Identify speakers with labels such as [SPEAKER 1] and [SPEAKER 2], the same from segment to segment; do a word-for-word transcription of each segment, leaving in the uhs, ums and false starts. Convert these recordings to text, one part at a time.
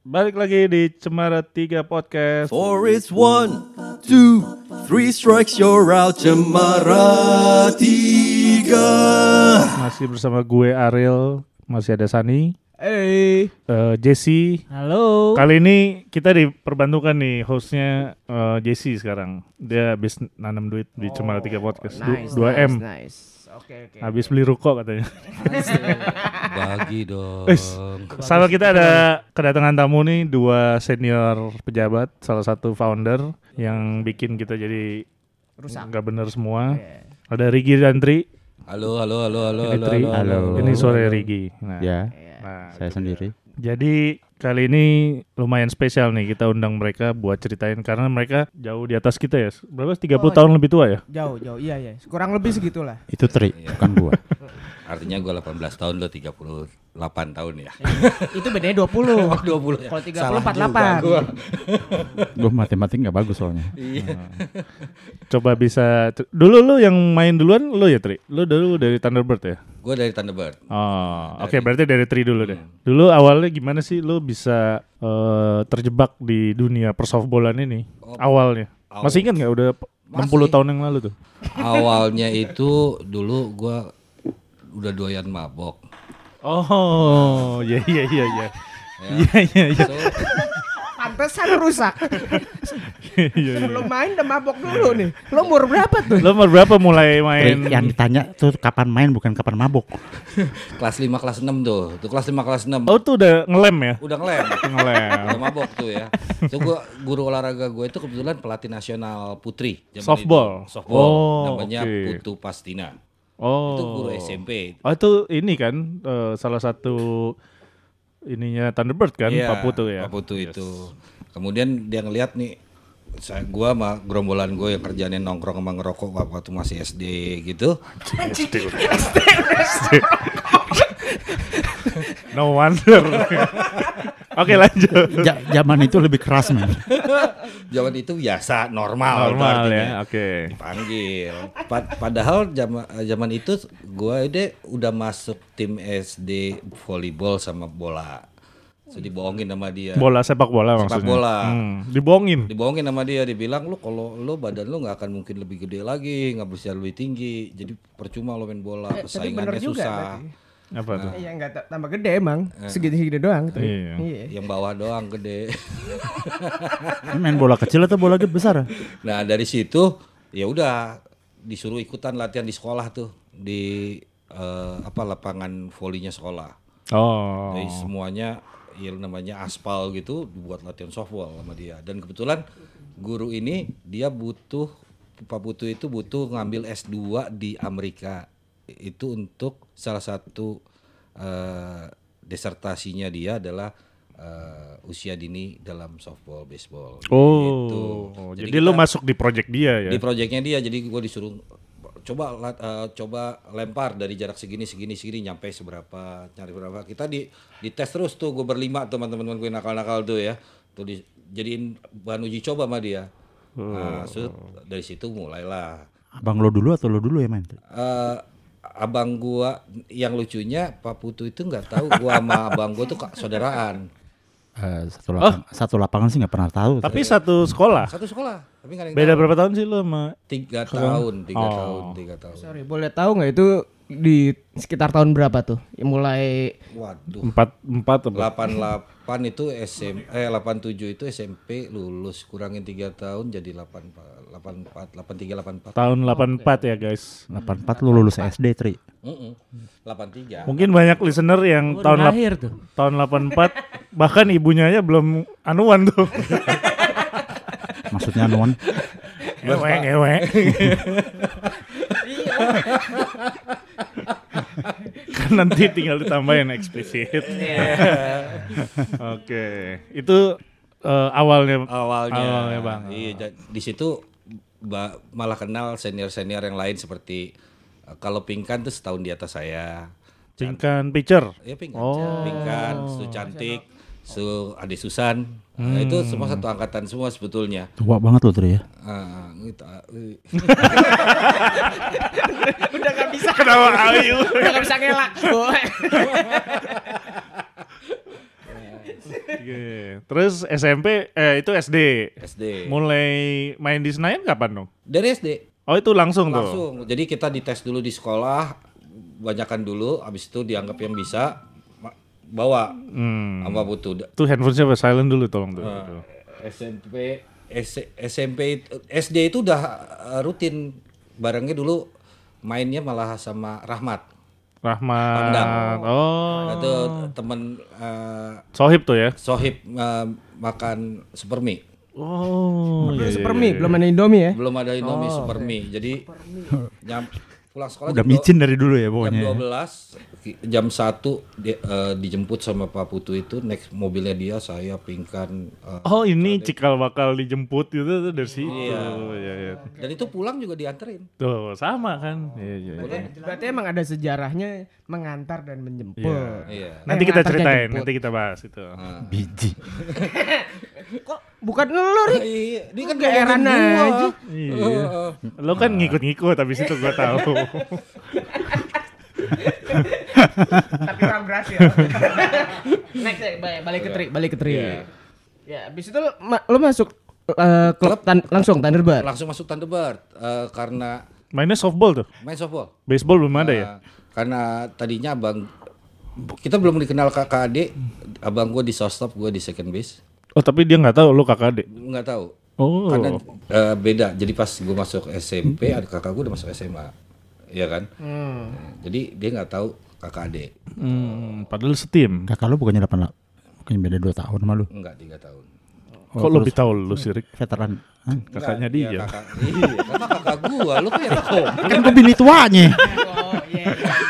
[SPEAKER 1] Balik lagi di Cemara tiga Podcast.
[SPEAKER 2] Four is one, two, three strikes you're out. Cemara tiga.
[SPEAKER 1] Masih bersama gue Ariel, masih ada Sani,
[SPEAKER 3] Hey,
[SPEAKER 1] uh, Jesse.
[SPEAKER 3] halo.
[SPEAKER 1] Kali ini kita diperbantukan nih hostnya uh, Jesse sekarang. Dia habis nanam duit di Cemara tiga Podcast. Du-
[SPEAKER 3] Nice,
[SPEAKER 1] dua
[SPEAKER 3] nice,
[SPEAKER 1] M.
[SPEAKER 3] nice. Oke, oke.
[SPEAKER 1] Habis beli rokok katanya.
[SPEAKER 2] Bagi dong.
[SPEAKER 1] Wis, sama kita ada kedatangan tamu nih, dua senior pejabat, salah satu founder yang bikin kita jadi
[SPEAKER 3] Rusak.
[SPEAKER 1] nggak bener semua.
[SPEAKER 3] Yeah.
[SPEAKER 1] Ada Rigi dan Tri.
[SPEAKER 2] Halo, halo, halo, halo,
[SPEAKER 1] Ini
[SPEAKER 2] halo,
[SPEAKER 1] Tri.
[SPEAKER 2] halo, halo.
[SPEAKER 1] Ini sore Rigi. Nah,
[SPEAKER 4] Ya,
[SPEAKER 1] nah,
[SPEAKER 4] saya
[SPEAKER 1] gitu
[SPEAKER 4] sendiri.
[SPEAKER 1] ya. Jadi kali ini lumayan spesial nih, kita undang mereka buat ceritain karena mereka jauh di atas kita ya. Berapa? tiga puluh
[SPEAKER 3] Oh,
[SPEAKER 1] tahun lebih tua ya?
[SPEAKER 3] Jauh, jauh. Iya, iya. Kurang lebih segitulah.
[SPEAKER 4] Itu Tri, bukan gua.
[SPEAKER 2] Artinya gue delapan belas tahun, lo tiga puluh delapan tahun ya.
[SPEAKER 3] Itu bedanya dua puluh.
[SPEAKER 2] Oh, dua puluh.
[SPEAKER 3] Kalau tiga puluh, empat puluh delapan.
[SPEAKER 4] Gua matematik nggak bagus soalnya.
[SPEAKER 2] Iya.
[SPEAKER 1] Coba bisa dulu lu yang main duluan lu ya Tri? Lu dulu dari Thunderbird ya?
[SPEAKER 2] Gue dari Thunderbird.
[SPEAKER 1] Oh, oke
[SPEAKER 2] Dari-
[SPEAKER 1] berarti dari Tri dulu deh.
[SPEAKER 2] Hmm.
[SPEAKER 1] Dulu awalnya gimana sih lu bisa eh, terjebak di dunia persoftballan ini?
[SPEAKER 2] Oh,
[SPEAKER 1] awalnya.
[SPEAKER 2] awal.
[SPEAKER 1] Masih ingat nggak udah enam puluh
[SPEAKER 2] Masih.
[SPEAKER 1] tahun yang lalu tuh?
[SPEAKER 2] Awalnya itu dulu gue udah doyan mabok.
[SPEAKER 1] Oh, iya iya iya iya. Iya iya iya.
[SPEAKER 2] So,
[SPEAKER 3] Pantesan rusak.
[SPEAKER 1] Iya, iya.
[SPEAKER 3] Sebelum main udah mabok dulu nih. Lo umur berapa tuh?
[SPEAKER 1] Lo umur berapa mulai main?
[SPEAKER 4] Tri, yang ditanya tuh kapan main bukan kapan mabok.
[SPEAKER 2] kelas lima, kelas enam tuh. Tuh kelas lima, kelas enam.
[SPEAKER 1] Oh tuh udah ngelem ya?
[SPEAKER 2] Udah ngelem.
[SPEAKER 1] Ngelem.
[SPEAKER 2] Udah mabok tuh ya. So gua guru olahraga gue itu kebetulan pelatih nasional putri. zaman
[SPEAKER 1] Softball?
[SPEAKER 2] itu. Softball.
[SPEAKER 1] Oh,
[SPEAKER 2] namanya
[SPEAKER 1] oke.
[SPEAKER 2] Putu Pastina.
[SPEAKER 1] Oh.
[SPEAKER 2] Itu guru S M P.
[SPEAKER 1] Oh itu ini kan eh, salah satu ininya Thunderbird kan,
[SPEAKER 2] Iya,
[SPEAKER 1] Pak Putu ya.
[SPEAKER 2] Pak Putu itu. Kemudian dia ngelihat nih, saya gua sama gerombolan gue yang kerjanya nongkrong sama ngerokok waktu masih S D gitu.
[SPEAKER 1] No wonder. Oke lanjut.
[SPEAKER 4] Ja- zaman itu lebih keras man.
[SPEAKER 2] Zaman itu biasa, normal, itu
[SPEAKER 1] Normal
[SPEAKER 2] artinya.
[SPEAKER 1] ya, oke.
[SPEAKER 2] Dipanggil. Pa- padahal zaman zaman itu gua ide udah masuk tim S D volleyball sama bola. So dibohongin sama dia.
[SPEAKER 1] Bola sepak bola
[SPEAKER 2] Sepak
[SPEAKER 1] maksudnya.
[SPEAKER 2] bola.
[SPEAKER 1] Hmm, dibohongin.
[SPEAKER 2] Dibohongin sama dia, dibilang lu kalau lu badan lu nggak akan mungkin lebih gede lagi, nggak bisa lebih tinggi, jadi percuma lo main bola,
[SPEAKER 3] Eh, tapi bener
[SPEAKER 2] persaingannya
[SPEAKER 3] juga
[SPEAKER 2] susah.
[SPEAKER 3] berarti.
[SPEAKER 1] Apa tuh?
[SPEAKER 3] Iya, enggak t- tambah gede emang. Segini-segini doang tuh.
[SPEAKER 1] Iya.
[SPEAKER 2] Yang bawah doang gede.
[SPEAKER 4] Ini main bola kecil atau bola gede besar?
[SPEAKER 2] Nah dari situ ya udah disuruh ikutan latihan di sekolah tuh di eh, apa lapangan volinya sekolah.
[SPEAKER 1] Oh.
[SPEAKER 2] Jadi semuanya ya namanya aspal gitu dibuat latihan softball sama dia. Dan kebetulan guru ini dia butuh Pak Putu itu butuh ngambil S dua di Amerika. Itu untuk salah satu eh, disertasinya dia adalah eh, usia dini dalam softball, baseball.
[SPEAKER 1] Oh.
[SPEAKER 2] Gitu.
[SPEAKER 1] Jadi,
[SPEAKER 2] kita-
[SPEAKER 1] lu masuk di project dia ya.
[SPEAKER 2] di proyeknya dia, jadi gue disuruh coba lat- eh, coba lempar dari jarak segini segini segini nyampe seberapa, nyari berapa. Kita di di tes terus tuh, gue berlima teman-teman gue nakal-nakal tuh ya, tuh dijadiin bahan uji coba sama dia. Nah, so, dari situ mulailah.
[SPEAKER 4] Abang lo dulu atau lo dulu ya main?
[SPEAKER 2] Eh, abang gua yang lucunya Pak Putu itu nggak tahu gua sama abang gua tuh kak saudaraan.
[SPEAKER 4] Eh, satu lapangan, satu lapangan sih nggak pernah tahu.
[SPEAKER 1] Tapi satu sekolah.
[SPEAKER 2] Satu sekolah, tapi nggak ada yang
[SPEAKER 1] Beda
[SPEAKER 2] tahu.
[SPEAKER 1] berapa tahun sih lu sama?
[SPEAKER 2] Tiga tahun, tiga
[SPEAKER 1] Oh.
[SPEAKER 2] tahun, tiga tahun.
[SPEAKER 3] Sorry, boleh tahu nggak itu di sekitar tahun berapa tuh? Ya, mulai
[SPEAKER 2] Waduh.
[SPEAKER 1] Empat empat apa?
[SPEAKER 2] delapan delapan itu S M eh delapan tujuh itu S M P lulus, kurangin tiga tahun jadi delapan empat, delapan tiga, delapan empat.
[SPEAKER 1] Tahun delapan empat ya guys.
[SPEAKER 4] delapan empat lo lulus S D Tri.
[SPEAKER 2] Heeh. delapan tiga.
[SPEAKER 1] Mungkin banyak listener yang tahun lap-
[SPEAKER 3] lahir tuh.
[SPEAKER 1] tahun delapan empat bahkan ibunya aja belum anuan tuh.
[SPEAKER 4] Maksudnya nuan.
[SPEAKER 1] Ewe ewe. Kan nanti tinggal ditambahin eksplisit. Oke, itu eh, awalnya
[SPEAKER 2] Awalnya,
[SPEAKER 1] awalnya bang.
[SPEAKER 2] Iya, ja- di situ ba- malah kenal senior-senior yang lain seperti eh, kalau Pingkan tuh setahun di atas saya.
[SPEAKER 1] Pingkan pitcher.
[SPEAKER 2] Ya Pingkan,
[SPEAKER 1] Oh.
[SPEAKER 2] Pingkan, Su Cantik, Su Ade Susan. Nah, itu semua satu angkatan semua sebetulnya.
[SPEAKER 4] Tua banget lo Tri ya.
[SPEAKER 2] Ah, gitu, ah, eh.
[SPEAKER 3] Udah gak bisa.
[SPEAKER 1] Kenapa Ayu?
[SPEAKER 3] Udah gak bisa ngelak.
[SPEAKER 1] Oke. Terus S M P eh itu S D.
[SPEAKER 2] S D.
[SPEAKER 1] Mulai main di Senayan kapan dong?
[SPEAKER 2] Dari S D.
[SPEAKER 1] Oh itu langsung, tuh.
[SPEAKER 2] Langsung. Jadi kita dites dulu di sekolah, banyakan dulu, habis itu dianggap yang bisa ma- bawa
[SPEAKER 1] Hmm.
[SPEAKER 2] sama butuh.
[SPEAKER 1] Itu handphone siapa? Silent dulu tolong tuh.
[SPEAKER 2] Nah, S M P S- SMP itu- S D itu udah uh, rutin barengnya dulu mainnya malah sama Rahmat.
[SPEAKER 1] Rahmat.
[SPEAKER 2] Pandang.
[SPEAKER 1] Oh.
[SPEAKER 2] Itu temen uh,
[SPEAKER 1] Sohib tuh ya.
[SPEAKER 2] Sohib uh, makan super mie.
[SPEAKER 1] Oh.
[SPEAKER 3] Belum
[SPEAKER 1] iya,
[SPEAKER 3] super
[SPEAKER 1] iya,
[SPEAKER 3] mie,
[SPEAKER 1] iya.
[SPEAKER 3] belum ada Indomie ya.
[SPEAKER 2] Belum ada Indomie
[SPEAKER 3] Oh,
[SPEAKER 2] super
[SPEAKER 3] oke.
[SPEAKER 2] mie. Jadi nyam, pulang sekolah
[SPEAKER 4] Udah
[SPEAKER 2] jam
[SPEAKER 4] micin dari dulu ya
[SPEAKER 2] jam
[SPEAKER 4] pokoknya.
[SPEAKER 2] dua belas jam satu di, eh, dijemput sama Pak Putu itu naik mobilnya dia, saya pingkan eh,
[SPEAKER 1] Oh ini cikal bakal dijemput gitu tuh dari situ.
[SPEAKER 2] Iya.
[SPEAKER 1] Iya, iya.
[SPEAKER 2] dan itu pulang juga dianterin.
[SPEAKER 1] Tuh sama kan. Iya, iya, iya.
[SPEAKER 3] Berarti emang ada sejarahnya mengantar dan menjemput.
[SPEAKER 1] Iya.
[SPEAKER 2] Iya.
[SPEAKER 1] Nanti
[SPEAKER 3] Eh,
[SPEAKER 1] kita
[SPEAKER 3] ngantar dan
[SPEAKER 1] ceritain,
[SPEAKER 3] jemput.
[SPEAKER 1] nanti kita bahas itu.
[SPEAKER 2] Nah.
[SPEAKER 4] Biji.
[SPEAKER 3] Kok bukan lu, Rik?
[SPEAKER 2] Iya, dia kan
[SPEAKER 3] Gak heran
[SPEAKER 2] ngomongin gua.
[SPEAKER 3] aja.
[SPEAKER 1] Iya. Lo kan ngikut-ngikut habis itu gua tahu.
[SPEAKER 3] Tapi kurang berhasil. Next ya, balik, balik ke Tri, balik ke Tri.
[SPEAKER 2] Iya.
[SPEAKER 3] Ya, habis itu lu, ma- lu masuk eh, klub tan- langsung Thunderbird.
[SPEAKER 2] Langsung masuk Thunderbird eh, karena
[SPEAKER 1] Mainnya softball tuh.
[SPEAKER 2] main softball.
[SPEAKER 1] Baseball belum ada ya?
[SPEAKER 2] Nah, karena tadinya abang kita belum dikenal kakak adik, abang gua di shortstop, gua di second base.
[SPEAKER 1] Oh tapi dia nggak tahu lo kakak adik.
[SPEAKER 2] Nggak tahu.
[SPEAKER 1] Oh.
[SPEAKER 2] Karena eh, beda. Jadi pas gue masuk S M P, ada kakak gue udah masuk S M A, iya kan? Jadi dia nggak tahu kakak adik.
[SPEAKER 1] Hmm, padahal setim.
[SPEAKER 4] Kakak lu bukannya delapan lah. Bukannya beda dua tahun sama lu.
[SPEAKER 2] Enggak, tiga tahun.
[SPEAKER 1] Kok lebih tahu lu sih, Rik?
[SPEAKER 4] Veteran. Hah?
[SPEAKER 1] Kakaknya
[SPEAKER 2] Enggak,
[SPEAKER 1] dia.
[SPEAKER 2] iya, kakak, iya, kakak kakak gua, lu kayak Riko.
[SPEAKER 4] Kan gue bini tuanya.
[SPEAKER 3] Oh, iya.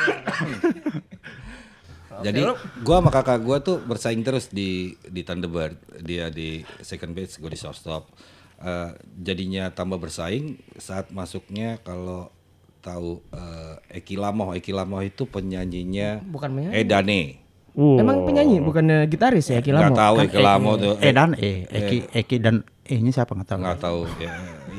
[SPEAKER 2] Jadi gua sama kakak gua tuh bersaing terus di di Thunderbird. Dia di second base, gua di shortstop. Eh, jadinya tambah bersaing saat masuknya kalau tahu eh, Eki Lamoh. Eki Lamoh itu penyanyinya
[SPEAKER 3] Bukan penyanyi.
[SPEAKER 2] Edane.
[SPEAKER 1] Wow.
[SPEAKER 3] Emang penyanyi bukannya gitaris ya Kilamo?
[SPEAKER 2] Enggak tahu Eki Lamoh tuh.
[SPEAKER 4] Eh dan eh Eki Eki dan E-nya siapa nggak tahu.
[SPEAKER 2] Nggak tahu ya.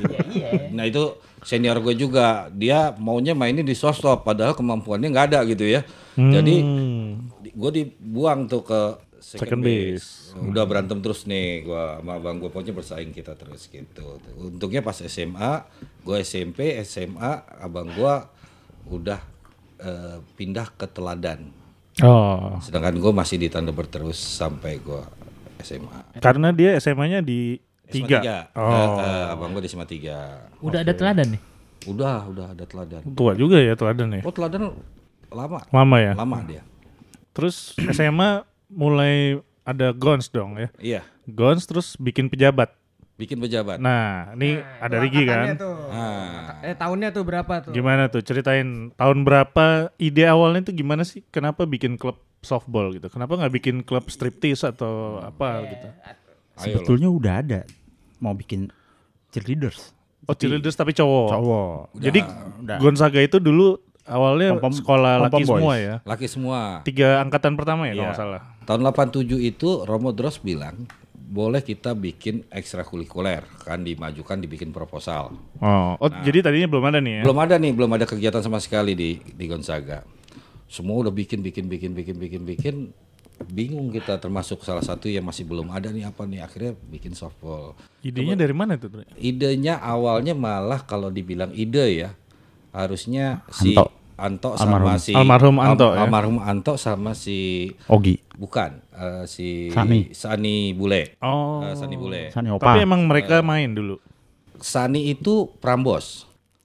[SPEAKER 2] Nah itu senior gue juga, dia maunya mainnya di shortstop padahal kemampuannya nggak ada gitu ya. Jadi di- gue dibuang tuh ke
[SPEAKER 1] Second
[SPEAKER 2] second, base. Udah berantem terus nih gue sama abang gue, pokoknya bersaing kita terus gitu. Untungnya pas S M A, gue S M P, S M A, abang gue udah eh, pindah ke Teladan.
[SPEAKER 1] Oh.
[SPEAKER 2] Sedangkan gue masih di Thunderbird terus sampai gue S M A.
[SPEAKER 1] Karena dia S M A-nya di
[SPEAKER 2] S M A
[SPEAKER 1] tiga.
[SPEAKER 2] tiga.
[SPEAKER 1] Oh.
[SPEAKER 2] Eh, eh, abang gue di S M A tiga.
[SPEAKER 5] Udah ada teladan nih.
[SPEAKER 2] Udah, udah ada Teladan.
[SPEAKER 1] Tua juga ya teladan ya.
[SPEAKER 2] Oh, Teladan lama.
[SPEAKER 1] Lama ya.
[SPEAKER 2] Lama dia.
[SPEAKER 1] Terus S M A mulai ada Gons dong ya.
[SPEAKER 2] Iya,
[SPEAKER 1] Gons terus bikin pejabat.
[SPEAKER 2] bikin pejabat.
[SPEAKER 1] Nah, ini ada Rigi kan.
[SPEAKER 3] Tuh.
[SPEAKER 2] Nah,
[SPEAKER 3] Eh tahunnya tuh berapa tuh?
[SPEAKER 1] Gimana tuh? Ceritain tahun berapa, ide awalnya tuh gimana sih? Kenapa bikin klub softball gitu? Kenapa nggak bikin klub striptease atau apa gitu?
[SPEAKER 2] ayo loh.
[SPEAKER 4] Sebetulnya udah ada mau bikin cheerleaders.
[SPEAKER 1] Oh, cheerleaders tapi cowok.
[SPEAKER 4] Cowok.
[SPEAKER 1] Jadi Gonzaga itu dulu awalnya
[SPEAKER 4] Pom-pom-
[SPEAKER 1] sekolah laki
[SPEAKER 4] pom-pom
[SPEAKER 1] semua
[SPEAKER 4] boys.
[SPEAKER 1] ya.
[SPEAKER 2] Laki semua.
[SPEAKER 1] Tiga angkatan pertama ya kalau
[SPEAKER 2] Iya.
[SPEAKER 1] nggak salah.
[SPEAKER 2] Tahun delapan tujuh itu Romo Dros bilang boleh kita bikin ekstrakurikuler, kan dimajukan dibikin proposal.
[SPEAKER 1] Oh, oh jadi tadinya belum ada nih ya?
[SPEAKER 2] Belum ada nih, belum ada kegiatan sama sekali di di Gonzaga. Semua udah bikin bikin bikin bikin bikin bikin bingung kita, termasuk salah satu yang masih belum ada nih apa nih, akhirnya bikin softball.
[SPEAKER 1] Idenya dari mana tuh? Dre?
[SPEAKER 2] Idenya awalnya malah kalau dibilang ide ya, harusnya si
[SPEAKER 4] Anto.
[SPEAKER 2] Anto sama
[SPEAKER 4] Almarhum.
[SPEAKER 2] si
[SPEAKER 1] Almarhum Anto ya?
[SPEAKER 2] almarhum Anto sama si
[SPEAKER 4] Ogi.
[SPEAKER 2] bukan eh, si
[SPEAKER 4] Sani.
[SPEAKER 2] Sani Bule.
[SPEAKER 1] Oh.
[SPEAKER 2] Eh, Sani Bule.
[SPEAKER 4] Sani Opa.
[SPEAKER 1] Tapi emang mereka main dulu.
[SPEAKER 2] Sani itu Prambos.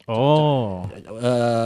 [SPEAKER 1] Oh,
[SPEAKER 2] Eh,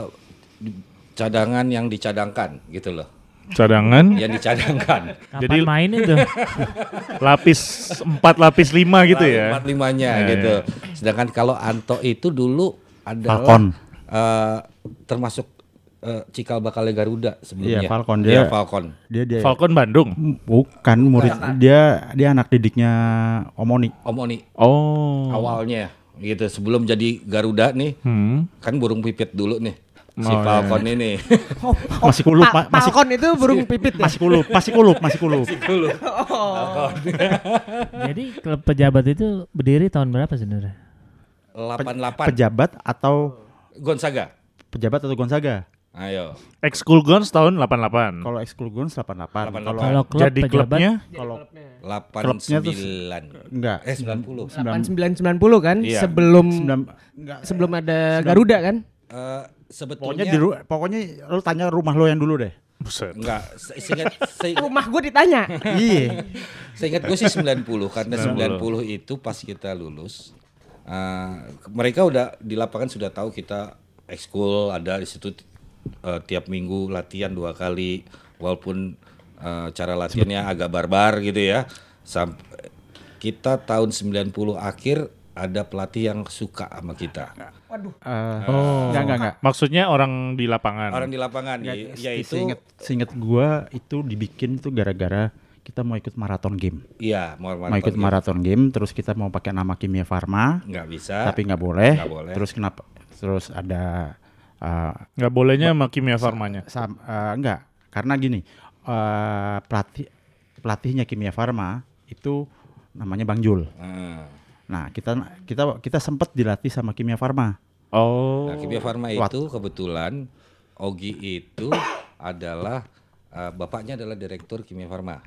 [SPEAKER 2] cadangan yang dicadangkan gitu loh.
[SPEAKER 1] cadangan.
[SPEAKER 2] Yang dicadangkan.
[SPEAKER 5] Kapan
[SPEAKER 1] Jadi-
[SPEAKER 5] main itu?
[SPEAKER 1] lapis empat, lapis lima gitu ya?
[SPEAKER 2] Empat limanya
[SPEAKER 1] Ya,
[SPEAKER 2] gitu. Sedangkan kalau Anto itu dulu adalah
[SPEAKER 4] Falcon.
[SPEAKER 2] eh, termasuk eh, cikal bakalnya Garuda sebelumnya.
[SPEAKER 4] Iya, Falcon.
[SPEAKER 2] Iya,
[SPEAKER 4] Dia-
[SPEAKER 2] Falcon.
[SPEAKER 4] Dia dia
[SPEAKER 1] Falcon Bandung.
[SPEAKER 4] bukan murid dia dia anak didiknya Omoni.
[SPEAKER 2] Om Oni
[SPEAKER 1] Oh.
[SPEAKER 2] awalnya gitu, sebelum jadi Garuda nih,
[SPEAKER 1] Hmm.
[SPEAKER 2] kan burung pipit dulu nih si
[SPEAKER 1] Oh,
[SPEAKER 2] Falcon ini.
[SPEAKER 4] Masih kulup,
[SPEAKER 3] Pa-
[SPEAKER 4] ma- masih
[SPEAKER 3] Falcon itu burung pipit ya?
[SPEAKER 4] masih kulup, masih kulup, masih kulup.
[SPEAKER 5] Jadi klub pejabat itu berdiri tahun berapa sebenarnya?
[SPEAKER 2] delapan delapan
[SPEAKER 4] Pejabat atau
[SPEAKER 2] Gonzaga.
[SPEAKER 4] pejabat atau Gonzaga?
[SPEAKER 2] Ayo.
[SPEAKER 1] Ex-School Guns tahun delapan delapan.
[SPEAKER 4] Kalau Ekskul Guns delapan puluh delapan.
[SPEAKER 2] delapan puluh
[SPEAKER 4] Kalau
[SPEAKER 2] delapan.
[SPEAKER 5] Kalau klub
[SPEAKER 1] Jadi
[SPEAKER 5] pejabat
[SPEAKER 1] klubnya
[SPEAKER 4] kalau
[SPEAKER 2] delapan
[SPEAKER 4] Klubnya tuh
[SPEAKER 2] sembilan.
[SPEAKER 4] enggak
[SPEAKER 2] Eh sembilan puluh.
[SPEAKER 3] delapan sembilan sembilan puluh kan
[SPEAKER 2] Iya.
[SPEAKER 3] sebelum
[SPEAKER 4] sembilan enggak
[SPEAKER 3] sebelum ada Garuda kan?
[SPEAKER 2] Eh,
[SPEAKER 4] pokoknya
[SPEAKER 2] sebetulnya
[SPEAKER 4] di ru- pokoknya lu tanya rumah lo yang dulu deh.
[SPEAKER 1] Buset.
[SPEAKER 2] enggak, se- seingat se-
[SPEAKER 3] Rumah gue ditanya.
[SPEAKER 4] Iya.
[SPEAKER 2] seingat gue sih sembilan puluh karena sembilan puluh itu pas kita lulus eh, mereka udah di lapangan sudah tahu kita ekskul ada di situ eh, tiap minggu latihan dua kali walaupun eh, cara latihannya agak barbar gitu ya. Sampai kita tahun sembilan puluh akhir ada pelatih yang suka sama kita.
[SPEAKER 3] Waduh.
[SPEAKER 4] Eh,
[SPEAKER 1] Oh.
[SPEAKER 4] enggak enggak enggak.
[SPEAKER 1] Maksudnya orang di lapangan.
[SPEAKER 2] Orang di lapangan ya, yaitu
[SPEAKER 4] Seinget, seinget gua itu dibikin itu gara-gara kita mau ikut maraton game.
[SPEAKER 2] iya mau
[SPEAKER 4] Mau ikut maraton game terus kita mau pakai nama Kimia Farma
[SPEAKER 2] nggak bisa.
[SPEAKER 4] tapi nggak boleh.
[SPEAKER 2] Nggak boleh.
[SPEAKER 4] Terus kenapa? Terus ada uh,
[SPEAKER 1] Nggak bolehnya sama Kimia Farmanya.
[SPEAKER 4] sam, uh, enggak karena gini uh, pelatih pelatihnya Kimia Farma itu namanya Bang Jul.
[SPEAKER 2] Hmm.
[SPEAKER 4] Nah kita kita kita sempat dilatih sama Kimia Farma.
[SPEAKER 1] Oh.
[SPEAKER 2] Nah, Kimia Farma itu kebetulan Ogi itu adalah uh, bapaknya adalah direktur Kimia Farma.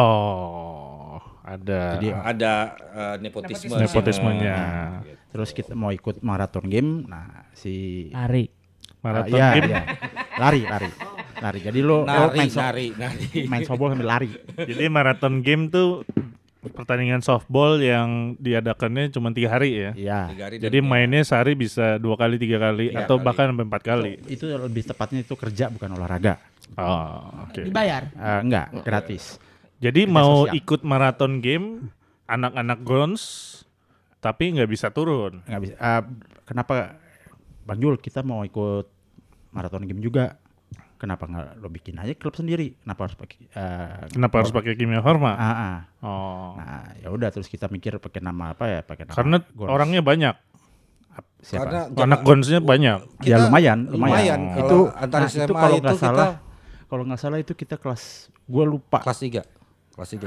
[SPEAKER 1] Oh, ada
[SPEAKER 4] Jadi
[SPEAKER 2] Ada uh, nepotisme.
[SPEAKER 1] nepotismenya.
[SPEAKER 4] terus kita mau ikut maraton game. Nah si
[SPEAKER 5] Lari.
[SPEAKER 1] Marathon
[SPEAKER 4] uh, iya,
[SPEAKER 1] game.
[SPEAKER 4] iya. lari lari lari. Jadi lo, lo
[SPEAKER 2] Nari,
[SPEAKER 4] main, so-
[SPEAKER 2] nari, nari.
[SPEAKER 4] main softball sambil lari.
[SPEAKER 1] Jadi marathon game tuh pertandingan softball yang diadakannya cuma tiga hari ya.
[SPEAKER 4] Iya.
[SPEAKER 2] Tiga hari
[SPEAKER 1] Jadi
[SPEAKER 2] dan-
[SPEAKER 1] mainnya sehari bisa dua kali, tiga kali,
[SPEAKER 2] Tiga
[SPEAKER 1] atau
[SPEAKER 2] kali.
[SPEAKER 1] bahkan sampai empat kali.
[SPEAKER 4] Itu lebih tepatnya itu kerja bukan olahraga.
[SPEAKER 1] Oh, oke.
[SPEAKER 3] Dibayar.
[SPEAKER 4] Uh, enggak gratis.
[SPEAKER 1] Jadi
[SPEAKER 4] Kerja
[SPEAKER 1] mau
[SPEAKER 4] sosial.
[SPEAKER 1] ikut marathon game, anak-anak Gons, tapi nggak bisa turun.
[SPEAKER 4] Nggak bisa. Uh, kenapa Bang Jul kita mau ikut maraton game juga? Kenapa nggak lo bikin aja klub sendiri? Kenapa harus pakai? Uh,
[SPEAKER 1] Kenapa harus pakai Kimia Farma?
[SPEAKER 4] Ah, ah.
[SPEAKER 1] Oh,
[SPEAKER 4] Nah ya udah terus kita mikir pakai nama apa ya? Pakai nama.
[SPEAKER 1] karena
[SPEAKER 4] Gons.
[SPEAKER 1] orangnya banyak,
[SPEAKER 4] Siapa?
[SPEAKER 2] Karena
[SPEAKER 1] anak Gonsnya banyak.
[SPEAKER 4] Ya
[SPEAKER 2] kita
[SPEAKER 4] lumayan, lumayan.
[SPEAKER 2] lumayan.
[SPEAKER 4] Itu
[SPEAKER 2] Kalau antara
[SPEAKER 4] nah,
[SPEAKER 2] S M A
[SPEAKER 4] itu kalau
[SPEAKER 2] itu
[SPEAKER 4] nggak
[SPEAKER 2] kita-
[SPEAKER 4] salah, kalau nggak salah itu kita kelas, gue lupa.
[SPEAKER 2] kelas tiga. Kelas tiga.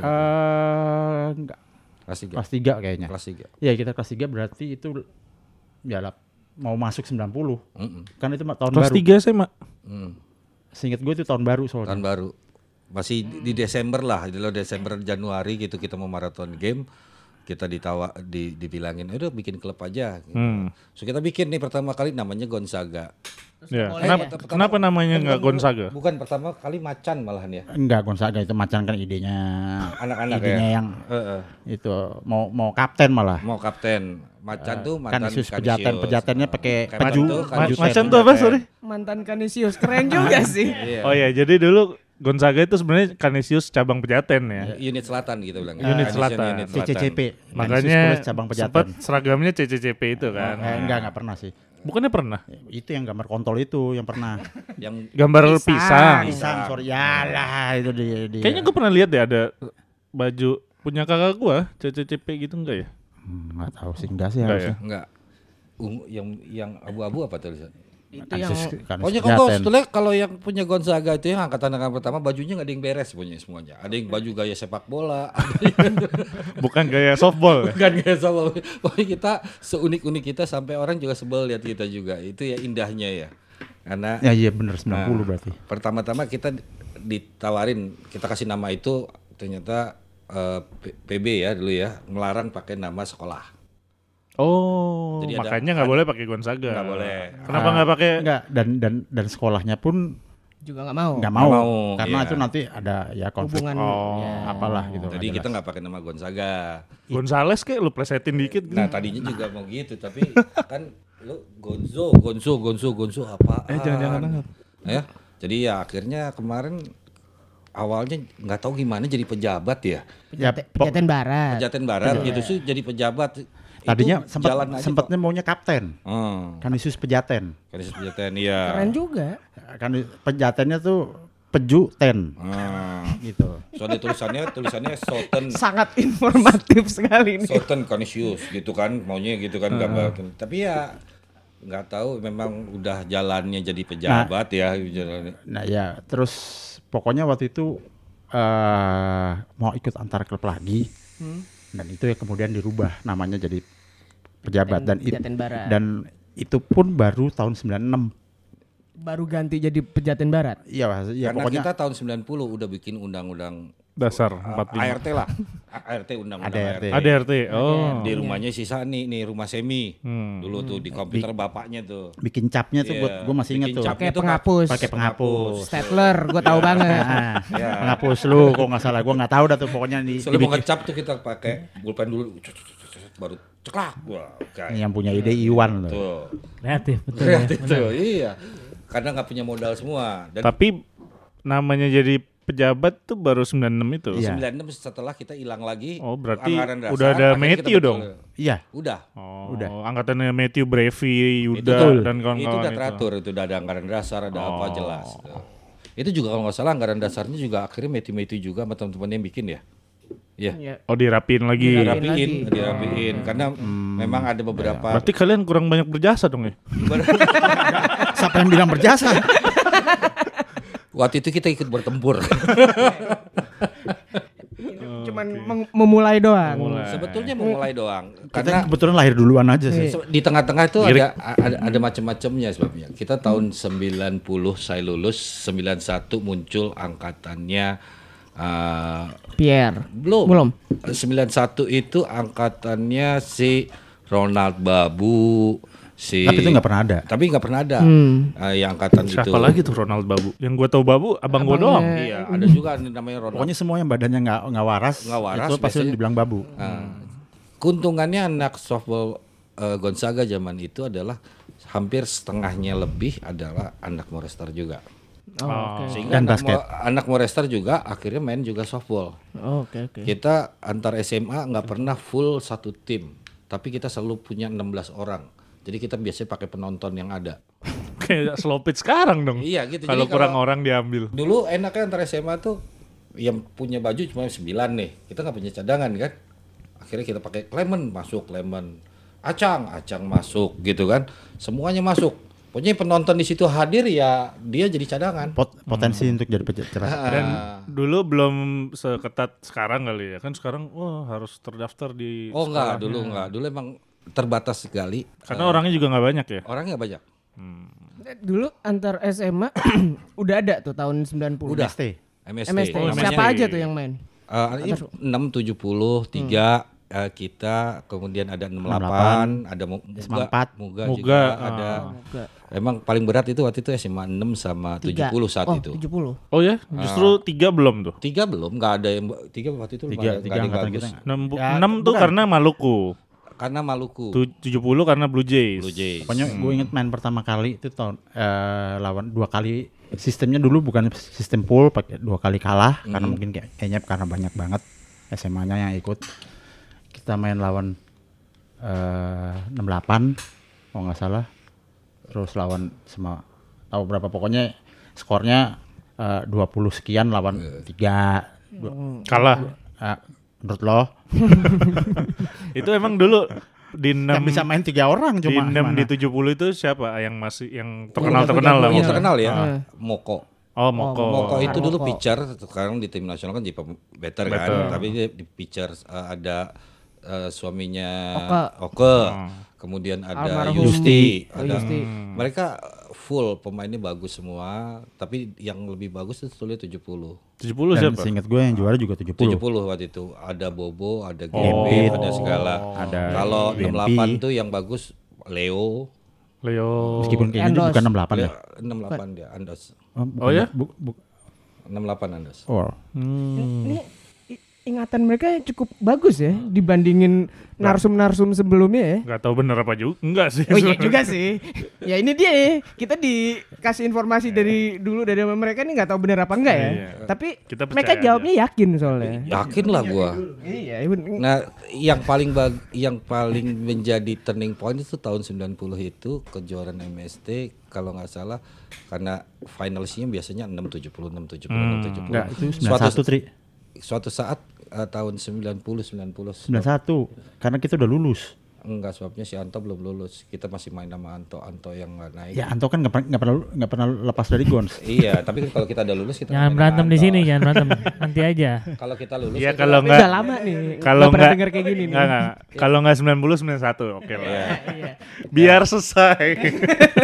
[SPEAKER 4] Eh, enggak,
[SPEAKER 2] kelas tiga.
[SPEAKER 4] kelas tiga kayaknya.
[SPEAKER 2] Kelas tiga.
[SPEAKER 4] Iya kita kelas tiga berarti itu ya lah, mau masuk sembilan puluh.
[SPEAKER 2] Mm-mm.
[SPEAKER 4] Kan itu ma- tahun
[SPEAKER 1] Kelas
[SPEAKER 4] baru.
[SPEAKER 1] tiga saya mak.
[SPEAKER 2] Hmm.
[SPEAKER 4] Seinget gue itu tahun baru soalnya.
[SPEAKER 2] Tahun baru. Masih di, di Desember lah, di Desember Januari gitu kita mau maraton game. Kita ditawa di dibilangin, udah bikin klub aja. Gitu.
[SPEAKER 1] Hmm.
[SPEAKER 2] So kita bikin nih pertama kali namanya Gonzaga.
[SPEAKER 1] Ya.
[SPEAKER 3] boleh
[SPEAKER 1] Kenapa,
[SPEAKER 2] pertama-
[SPEAKER 1] kenapa namanya
[SPEAKER 2] Bukan-
[SPEAKER 1] nggak
[SPEAKER 2] bukan-
[SPEAKER 1] Gonzaga?
[SPEAKER 2] Bukan pertama kali Macan malahan ya.
[SPEAKER 4] Enggak, Gonzaga itu macan kan idenya.
[SPEAKER 2] Anak-anak
[SPEAKER 4] idenya
[SPEAKER 2] ya.
[SPEAKER 4] yang
[SPEAKER 2] Heeh.
[SPEAKER 4] itu mau mau kapten malah.
[SPEAKER 2] Mau kapten. Macan tuh mantan
[SPEAKER 4] Kanisius
[SPEAKER 2] Kanisius.
[SPEAKER 4] pejaten, pejatennya pakai
[SPEAKER 2] Kayak
[SPEAKER 4] peju.
[SPEAKER 2] Macan tuh,
[SPEAKER 1] Ma-
[SPEAKER 2] Kanisius
[SPEAKER 1] Macan
[SPEAKER 2] pejaten.
[SPEAKER 1] tuh apa sorry?
[SPEAKER 3] Mantan Kanisius. Keren juga sih.
[SPEAKER 2] Iya.
[SPEAKER 1] Oh ya, jadi dulu Gonzaga itu sebenarnya Kanisius cabang pejaten ya.
[SPEAKER 2] Unit Selatan gitu bilang.
[SPEAKER 1] Unit
[SPEAKER 2] Kanisius
[SPEAKER 1] Selatan.
[SPEAKER 2] Unit
[SPEAKER 4] C C C P.
[SPEAKER 1] Makanya
[SPEAKER 4] Kanisius cabang
[SPEAKER 1] sempat
[SPEAKER 4] pejaten.
[SPEAKER 1] seragamnya C C C P itu kan.
[SPEAKER 4] Eh, enggak, enggak pernah sih.
[SPEAKER 1] Bukannya pernah?
[SPEAKER 4] Itu yang gambar kontol itu yang pernah.
[SPEAKER 2] Yang
[SPEAKER 1] Gambar
[SPEAKER 3] Pisang.
[SPEAKER 1] pisang.
[SPEAKER 4] Pisang, sorry. Yalah, itu dia. dia.
[SPEAKER 1] Kayaknya gue pernah lihat deh ada baju punya kakak gua C C C P gitu enggak ya?
[SPEAKER 4] Hmm, nggak tahu sih, enggak sih
[SPEAKER 1] Enggak
[SPEAKER 4] harusnya.
[SPEAKER 2] enggak. Ungu, yang yang abu-abu apa tulisan?
[SPEAKER 3] Itu yang
[SPEAKER 4] Kanisius, Kanisius
[SPEAKER 2] Pokoknya kok bos,
[SPEAKER 4] pejaten.
[SPEAKER 2] tuh lihat kalau yang punya Gonzaga itu yang angkatan angkatan pertama bajunya nggak ada yang beres punya semuanya. Ada yang baju gaya sepak bola, ada yang
[SPEAKER 1] Bukan gaya softball. ya?
[SPEAKER 2] bukan gaya sama. Pokoknya kita seunik-unik kita sampai orang juga sebel lihat kita juga. Itu ya indahnya ya. Karena
[SPEAKER 4] Ya iya bener sembilan puluh
[SPEAKER 2] Nah,
[SPEAKER 4] berarti.
[SPEAKER 2] pertama-tama kita ditawarin, kita kasih nama itu ternyata eh, P- PB ya dulu ya, melarang pakai nama sekolah.
[SPEAKER 1] Oh,
[SPEAKER 2] Jadi ada-
[SPEAKER 1] makanya nggak boleh pakai Gonzaga.
[SPEAKER 2] Nggak boleh.
[SPEAKER 1] Kenapa nggak pakai?
[SPEAKER 4] Enggak, dan dan dan sekolahnya pun
[SPEAKER 3] juga nggak mau.
[SPEAKER 4] nggak mau,
[SPEAKER 2] mau,
[SPEAKER 4] karena
[SPEAKER 2] iya.
[SPEAKER 4] itu nanti ada ya konflik
[SPEAKER 3] Hubungan.
[SPEAKER 1] Oh,
[SPEAKER 3] ya.
[SPEAKER 4] apalah gitu.
[SPEAKER 2] Jadi
[SPEAKER 4] nggak
[SPEAKER 2] kita
[SPEAKER 4] jelas.
[SPEAKER 2] nggak pakai nama Gonzaga.
[SPEAKER 1] Gonzales kayak lu plesetin dikit gitu.
[SPEAKER 2] Nah tadinya juga mau gitu, tapi kan lu Gonzo, Gonzo, Gonzo, Gonzo apa?
[SPEAKER 1] Eh, jangan-jangan.
[SPEAKER 2] Ya, jadi ya akhirnya kemarin awalnya nggak tahu gimana jadi pejabat ya,
[SPEAKER 4] ya
[SPEAKER 3] Pejate-
[SPEAKER 4] pok-
[SPEAKER 3] Pejaten Barat.
[SPEAKER 2] pejaten barat gitu sih jadi pejabat.
[SPEAKER 4] tadinya
[SPEAKER 2] Itu
[SPEAKER 4] sempat
[SPEAKER 2] jalan aja
[SPEAKER 4] sempatnya
[SPEAKER 2] kok.
[SPEAKER 4] maunya kapten.
[SPEAKER 2] Hmm.
[SPEAKER 4] Kanisius pejaten.
[SPEAKER 2] Kanisius pejaten iya.
[SPEAKER 3] Keren juga.
[SPEAKER 4] Kan pejatennya tuh peju ten
[SPEAKER 2] Hmm.
[SPEAKER 4] gitu.
[SPEAKER 2] Soalnya tulisannya tulisannya Sultan
[SPEAKER 3] Sangat informatif sekali ini.
[SPEAKER 2] Sultan Kanisius gitu kan, maunya gitu kan gambar. Tapi ya nggak tahu memang udah jalannya jadi pejabat ya jalannya.
[SPEAKER 4] Nah ya terus pokoknya waktu itu eh mau ikut antar klub lagi. Dan itu ya kemudian dirubah namanya jadi pejabat dan it-
[SPEAKER 3] Pejaten Barat.
[SPEAKER 4] dan itu pun baru tahun sembilan puluh enam.
[SPEAKER 3] baru ganti jadi Pejaten Barat.
[SPEAKER 4] Iya, Mas. Iya,
[SPEAKER 2] Karena
[SPEAKER 4] pokoknya
[SPEAKER 2] kita tahun sembilan puluh udah bikin undang-undang
[SPEAKER 1] Dasar
[SPEAKER 2] uh,
[SPEAKER 1] empat puluh lima.
[SPEAKER 2] A R T lah. A R T undang-undang
[SPEAKER 4] Ada
[SPEAKER 2] A R
[SPEAKER 4] A R
[SPEAKER 2] T.
[SPEAKER 4] T.
[SPEAKER 1] Ada R T. Oh.
[SPEAKER 2] Di rumahnya si Sani nih, rumah Semi.
[SPEAKER 1] Hmm.
[SPEAKER 2] Dulu tuh di komputer bapaknya tuh.
[SPEAKER 4] bikin capnya tuh
[SPEAKER 2] Iya,
[SPEAKER 4] buat gue masih inget
[SPEAKER 2] bikin
[SPEAKER 4] tuh.
[SPEAKER 2] cap.
[SPEAKER 3] Pakai
[SPEAKER 2] Itu
[SPEAKER 3] penghapus.
[SPEAKER 4] Pakai penghapus.
[SPEAKER 3] Stapler, gue tahu banget.
[SPEAKER 4] Nah,
[SPEAKER 2] Iya.
[SPEAKER 4] penghapus lu kok nggak salah. Gue nggak tahu dah tuh pokoknya di,
[SPEAKER 2] Soalnya mau
[SPEAKER 4] dibikin.
[SPEAKER 2] ngecap tuh kita pakai pulpen dulu, baru ceklak. Wah, kayak
[SPEAKER 4] Yang punya ide Iwan loh.
[SPEAKER 2] tuh.
[SPEAKER 5] Kreatif betul.
[SPEAKER 2] Kreatif
[SPEAKER 5] ya.
[SPEAKER 2] tuh, iya. Karena nggak punya modal semua. Dan
[SPEAKER 1] Tapi namanya jadi pejabat tuh baru sembilan puluh enam itu.
[SPEAKER 4] Iya.
[SPEAKER 2] sembilan puluh enam setelah kita hilang lagi.
[SPEAKER 1] Oh, berarti
[SPEAKER 2] anggaran dasar,
[SPEAKER 1] udah ada
[SPEAKER 2] akhirnya kita
[SPEAKER 1] Matthew
[SPEAKER 2] betul-
[SPEAKER 1] dong?
[SPEAKER 4] Iya.
[SPEAKER 2] Udah.
[SPEAKER 1] Oh,
[SPEAKER 4] Udah.
[SPEAKER 1] angkatannya Matthew Brevi, Yuda
[SPEAKER 2] Betul.
[SPEAKER 1] dan
[SPEAKER 2] Itu
[SPEAKER 1] kawan-kawan
[SPEAKER 2] udah teratur, itu udah ada anggaran dasar, ada apa
[SPEAKER 1] Oh.
[SPEAKER 2] jelas. Tuh. Itu juga kalau nggak salah anggaran dasarnya juga akhirnya Matthew-Matthew juga sama teman-teman yang bikin ya. Iya.
[SPEAKER 3] Iya.
[SPEAKER 1] Oh, dirapiin lagi.
[SPEAKER 3] Dirapiin.
[SPEAKER 2] Dirapiin,
[SPEAKER 3] lagi.
[SPEAKER 2] dirapiin. Karena memang ada beberapa.
[SPEAKER 1] Berarti kalian kurang banyak berjasa dong ya?
[SPEAKER 4] Siapa yang bilang berjasa?
[SPEAKER 2] Waktu itu kita ikut bertempur.
[SPEAKER 3] Cuman meng- memulai doang.
[SPEAKER 1] Mulai.
[SPEAKER 2] Sebetulnya memulai doang.
[SPEAKER 4] Kita
[SPEAKER 2] Karena
[SPEAKER 4] kebetulan lahir duluan aja sih.
[SPEAKER 2] se- di tengah-tengah itu
[SPEAKER 1] Girik.
[SPEAKER 2] ada ada, ada macam-macamnya sebabnya. Kita tahun sembilan puluh saya lulus, sembilan puluh satu muncul angkatannya uh,
[SPEAKER 3] Pierre.
[SPEAKER 2] belum.
[SPEAKER 3] Belum.
[SPEAKER 2] sembilan puluh satu itu angkatannya si Ronald Babu, si
[SPEAKER 4] Tapi itu nggak pernah ada.
[SPEAKER 2] Tapi nggak pernah ada.
[SPEAKER 3] Hmm.
[SPEAKER 2] Uh, yang angkatan
[SPEAKER 1] Siapa
[SPEAKER 2] itu.
[SPEAKER 1] lagi tuh Ronald Babu? Yang gue tahu Babu, abang gue doang.
[SPEAKER 2] Iya, ada juga namanya Ronald.
[SPEAKER 4] Pokoknya semua yang badannya nggak nggak waras,
[SPEAKER 2] Nggak waras,
[SPEAKER 4] itu pasti
[SPEAKER 2] biasanya.
[SPEAKER 4] dibilang babu.
[SPEAKER 2] Nah, keuntungannya anak softball uh, Gonzaga zaman itu adalah hampir setengahnya lebih adalah anak Morestar juga.
[SPEAKER 3] Oh, oke.
[SPEAKER 2] Sehingga
[SPEAKER 4] Dan
[SPEAKER 2] anak,
[SPEAKER 4] basket.
[SPEAKER 2] Mo- anak Morestar juga akhirnya main juga softball.
[SPEAKER 3] Oh, Oke, oke.
[SPEAKER 2] Kita antar S M A nggak pernah full satu tim, tapi kita selalu punya enam belas orang. Jadi kita biasanya pakai penonton yang ada.
[SPEAKER 1] Kayak slow pitch sekarang dong.
[SPEAKER 2] Iya gitu.
[SPEAKER 1] Kalau
[SPEAKER 2] Jadi
[SPEAKER 1] kurang
[SPEAKER 2] kalau-
[SPEAKER 1] orang diambil.
[SPEAKER 2] Dulu enaknya antar S M A tuh yang punya baju cuma sembilan nih. Kita nggak punya cadangan kan. Akhirnya kita pakai Clement masuk, Clement. Acang, Acang masuk gitu kan. Semuanya masuk. Pokoknya penonton di situ hadir ya dia jadi cadangan.
[SPEAKER 4] Pot- potensi untuk jadi pejabat.
[SPEAKER 1] Dan
[SPEAKER 2] Ah.
[SPEAKER 1] dulu belum seketat sekarang kali ya. Kan sekarang wah harus terdaftar di
[SPEAKER 2] Oh enggak,
[SPEAKER 1] sekolahnya.
[SPEAKER 2] dulu enggak. Dulu emang terbatas sekali.
[SPEAKER 1] Karena orangnya juga nggak banyak ya.
[SPEAKER 2] Orangnya banyak.
[SPEAKER 3] Dulu antar S M A udah ada tuh tahun sembilan puluh.
[SPEAKER 2] Udah.
[SPEAKER 4] S T.
[SPEAKER 2] M S T.
[SPEAKER 3] M S T.
[SPEAKER 1] Oh,
[SPEAKER 3] Siapa
[SPEAKER 1] M S T.
[SPEAKER 3] aja tuh yang main?
[SPEAKER 2] Uh, ini enam tujuh puluh tiga eh, kita kemudian ada enam delapan, ada Mu-
[SPEAKER 4] S M A
[SPEAKER 2] Muga,
[SPEAKER 4] empat.
[SPEAKER 2] Muga,
[SPEAKER 1] Muga,
[SPEAKER 2] juga
[SPEAKER 1] ah.
[SPEAKER 2] ada.
[SPEAKER 3] Enggak.
[SPEAKER 2] Emang paling berat itu waktu itu S M A enam sama tujuh puluh saat
[SPEAKER 3] oh,
[SPEAKER 2] itu.
[SPEAKER 3] tujuh puluh.
[SPEAKER 1] Oh ya, justru tiga belum tuh.
[SPEAKER 2] Tiga belum, nggak ada yang tiga waktu itu belum
[SPEAKER 4] Tiga,
[SPEAKER 2] ada,
[SPEAKER 4] tiga
[SPEAKER 2] nggak ada yang
[SPEAKER 4] angkatan
[SPEAKER 2] bagus.
[SPEAKER 4] kita.
[SPEAKER 1] Enam, bu-
[SPEAKER 4] Ya,
[SPEAKER 1] enam tuh
[SPEAKER 4] bukan.
[SPEAKER 1] karena Maluku.
[SPEAKER 2] Karena Maluku,
[SPEAKER 1] Tu- tujuh puluh karena Blue Jays.
[SPEAKER 2] Blue Jays.
[SPEAKER 4] Pokoknya gue inget main pertama kali itu tahun eh, lawan dua kali. Sistemnya dulu bukan sistem pool, pakai dua kali kalah karena mungkin kayak kayaknya karena banyak banget S M A-nya yang ikut. Kita main lawan eh, enam delapan kalau nggak salah. Terus lawan sama tahu berapa pokoknya skornya eh, dua puluh sekian lawan tiga.
[SPEAKER 1] Kalah.
[SPEAKER 4] Eh, menurut lo
[SPEAKER 1] Itu emang dulu di enam
[SPEAKER 4] yang bisa main tiga orang
[SPEAKER 1] di
[SPEAKER 4] cuma
[SPEAKER 1] enam
[SPEAKER 4] mana?
[SPEAKER 1] di tujuh puluh itu siapa yang masih yang
[SPEAKER 2] Oh,
[SPEAKER 1] terkenal terkenal lah.
[SPEAKER 2] yang
[SPEAKER 1] maksudnya.
[SPEAKER 2] terkenal ya,
[SPEAKER 3] Ah.
[SPEAKER 2] Moko.
[SPEAKER 1] Oh, Moko.
[SPEAKER 2] Moko itu dulu
[SPEAKER 3] Moko.
[SPEAKER 2] pitcher, sekarang di tim nasional kan jadi pem- better kan,
[SPEAKER 1] Better.
[SPEAKER 2] tapi dia di pitcher uh, ada uh, suaminya
[SPEAKER 3] Oke.
[SPEAKER 2] Oke, kemudian ada
[SPEAKER 3] Almarhum
[SPEAKER 2] Yusti,
[SPEAKER 3] Oh,
[SPEAKER 2] ada
[SPEAKER 3] Yusti.
[SPEAKER 2] mereka full pemainnya bagus semua, tapi yang lebih bagus itu tulis tujuh puluh.
[SPEAKER 1] tujuh puluh
[SPEAKER 4] Dan
[SPEAKER 1] siapa?
[SPEAKER 4] seingat gue yang juara juga tujuh puluh.
[SPEAKER 2] tujuh puluh waktu itu ada Bobo, ada
[SPEAKER 1] Oh.
[SPEAKER 2] Gembit, ada segala.
[SPEAKER 4] Ada
[SPEAKER 2] Kalau
[SPEAKER 4] B N P.
[SPEAKER 2] enam delapan tuh yang bagus Leo,
[SPEAKER 1] Leo.
[SPEAKER 4] Meskipun kayaknya dia
[SPEAKER 3] Endos.
[SPEAKER 4] bukan enam delapan ya.
[SPEAKER 2] Leo enam delapan dia, Andos.
[SPEAKER 1] Oh ya?
[SPEAKER 4] Bu, bu,
[SPEAKER 2] enam delapan Andos.
[SPEAKER 4] oh.
[SPEAKER 1] Hmm.
[SPEAKER 3] Ini i- ingatan mereka cukup bagus ya dibandingin narsum-narsum sebelumnya ya.
[SPEAKER 1] Nggak tahu bener apa juga. Enggak sih.
[SPEAKER 3] Oh iya juga sih. Ya ini dia ya. Kita dikasih informasi dari dulu dari mereka ini nggak tahu benar apa enggak ya.
[SPEAKER 1] Iya.
[SPEAKER 3] Tapi
[SPEAKER 1] Kita percaya
[SPEAKER 3] mereka jawabnya yakin soalnya.
[SPEAKER 2] Yakin lah gua.
[SPEAKER 3] Iya, even-
[SPEAKER 2] Nah, yang paling bag, yang paling menjadi turning point itu tahun sembilan puluh itu kejuaraan M S T kalau nggak salah karena finalsnya biasanya enam tujuh puluh enam tujuh puluh enam tujuh puluh.
[SPEAKER 4] Enggak, itu sembilan puluh satu Tri.
[SPEAKER 2] Suatu saat eh, tahun sembilan puluh sembilan puluh
[SPEAKER 4] sembilan puluh satu karena kita udah lulus.
[SPEAKER 2] enggak sebabnya si Anto belum lulus. Kita masih main sama Anto, Anto yang nggak naik.
[SPEAKER 4] Ya Anto kan nggak pernah nggak pernah nggak pernah lepas dari Gons.
[SPEAKER 2] Iya, tapi kan kalau kita udah lulus kita
[SPEAKER 5] Jangan
[SPEAKER 2] main
[SPEAKER 5] berantem
[SPEAKER 2] sama
[SPEAKER 5] di
[SPEAKER 2] Anto.
[SPEAKER 5] sini, jangan berantem. Nanti aja.
[SPEAKER 2] Kalau kita lulus
[SPEAKER 1] Iya
[SPEAKER 2] kan
[SPEAKER 1] kalau
[SPEAKER 2] kita-
[SPEAKER 1] nggak
[SPEAKER 3] udah lama nih.
[SPEAKER 1] kalau
[SPEAKER 3] nggak pernah
[SPEAKER 1] nggak
[SPEAKER 3] denger kayak gini nih.
[SPEAKER 1] Enggak enggak. Kalau nggak sembilan puluh sembilan puluh satu oke lah.
[SPEAKER 3] Iya.
[SPEAKER 1] Biar selesai.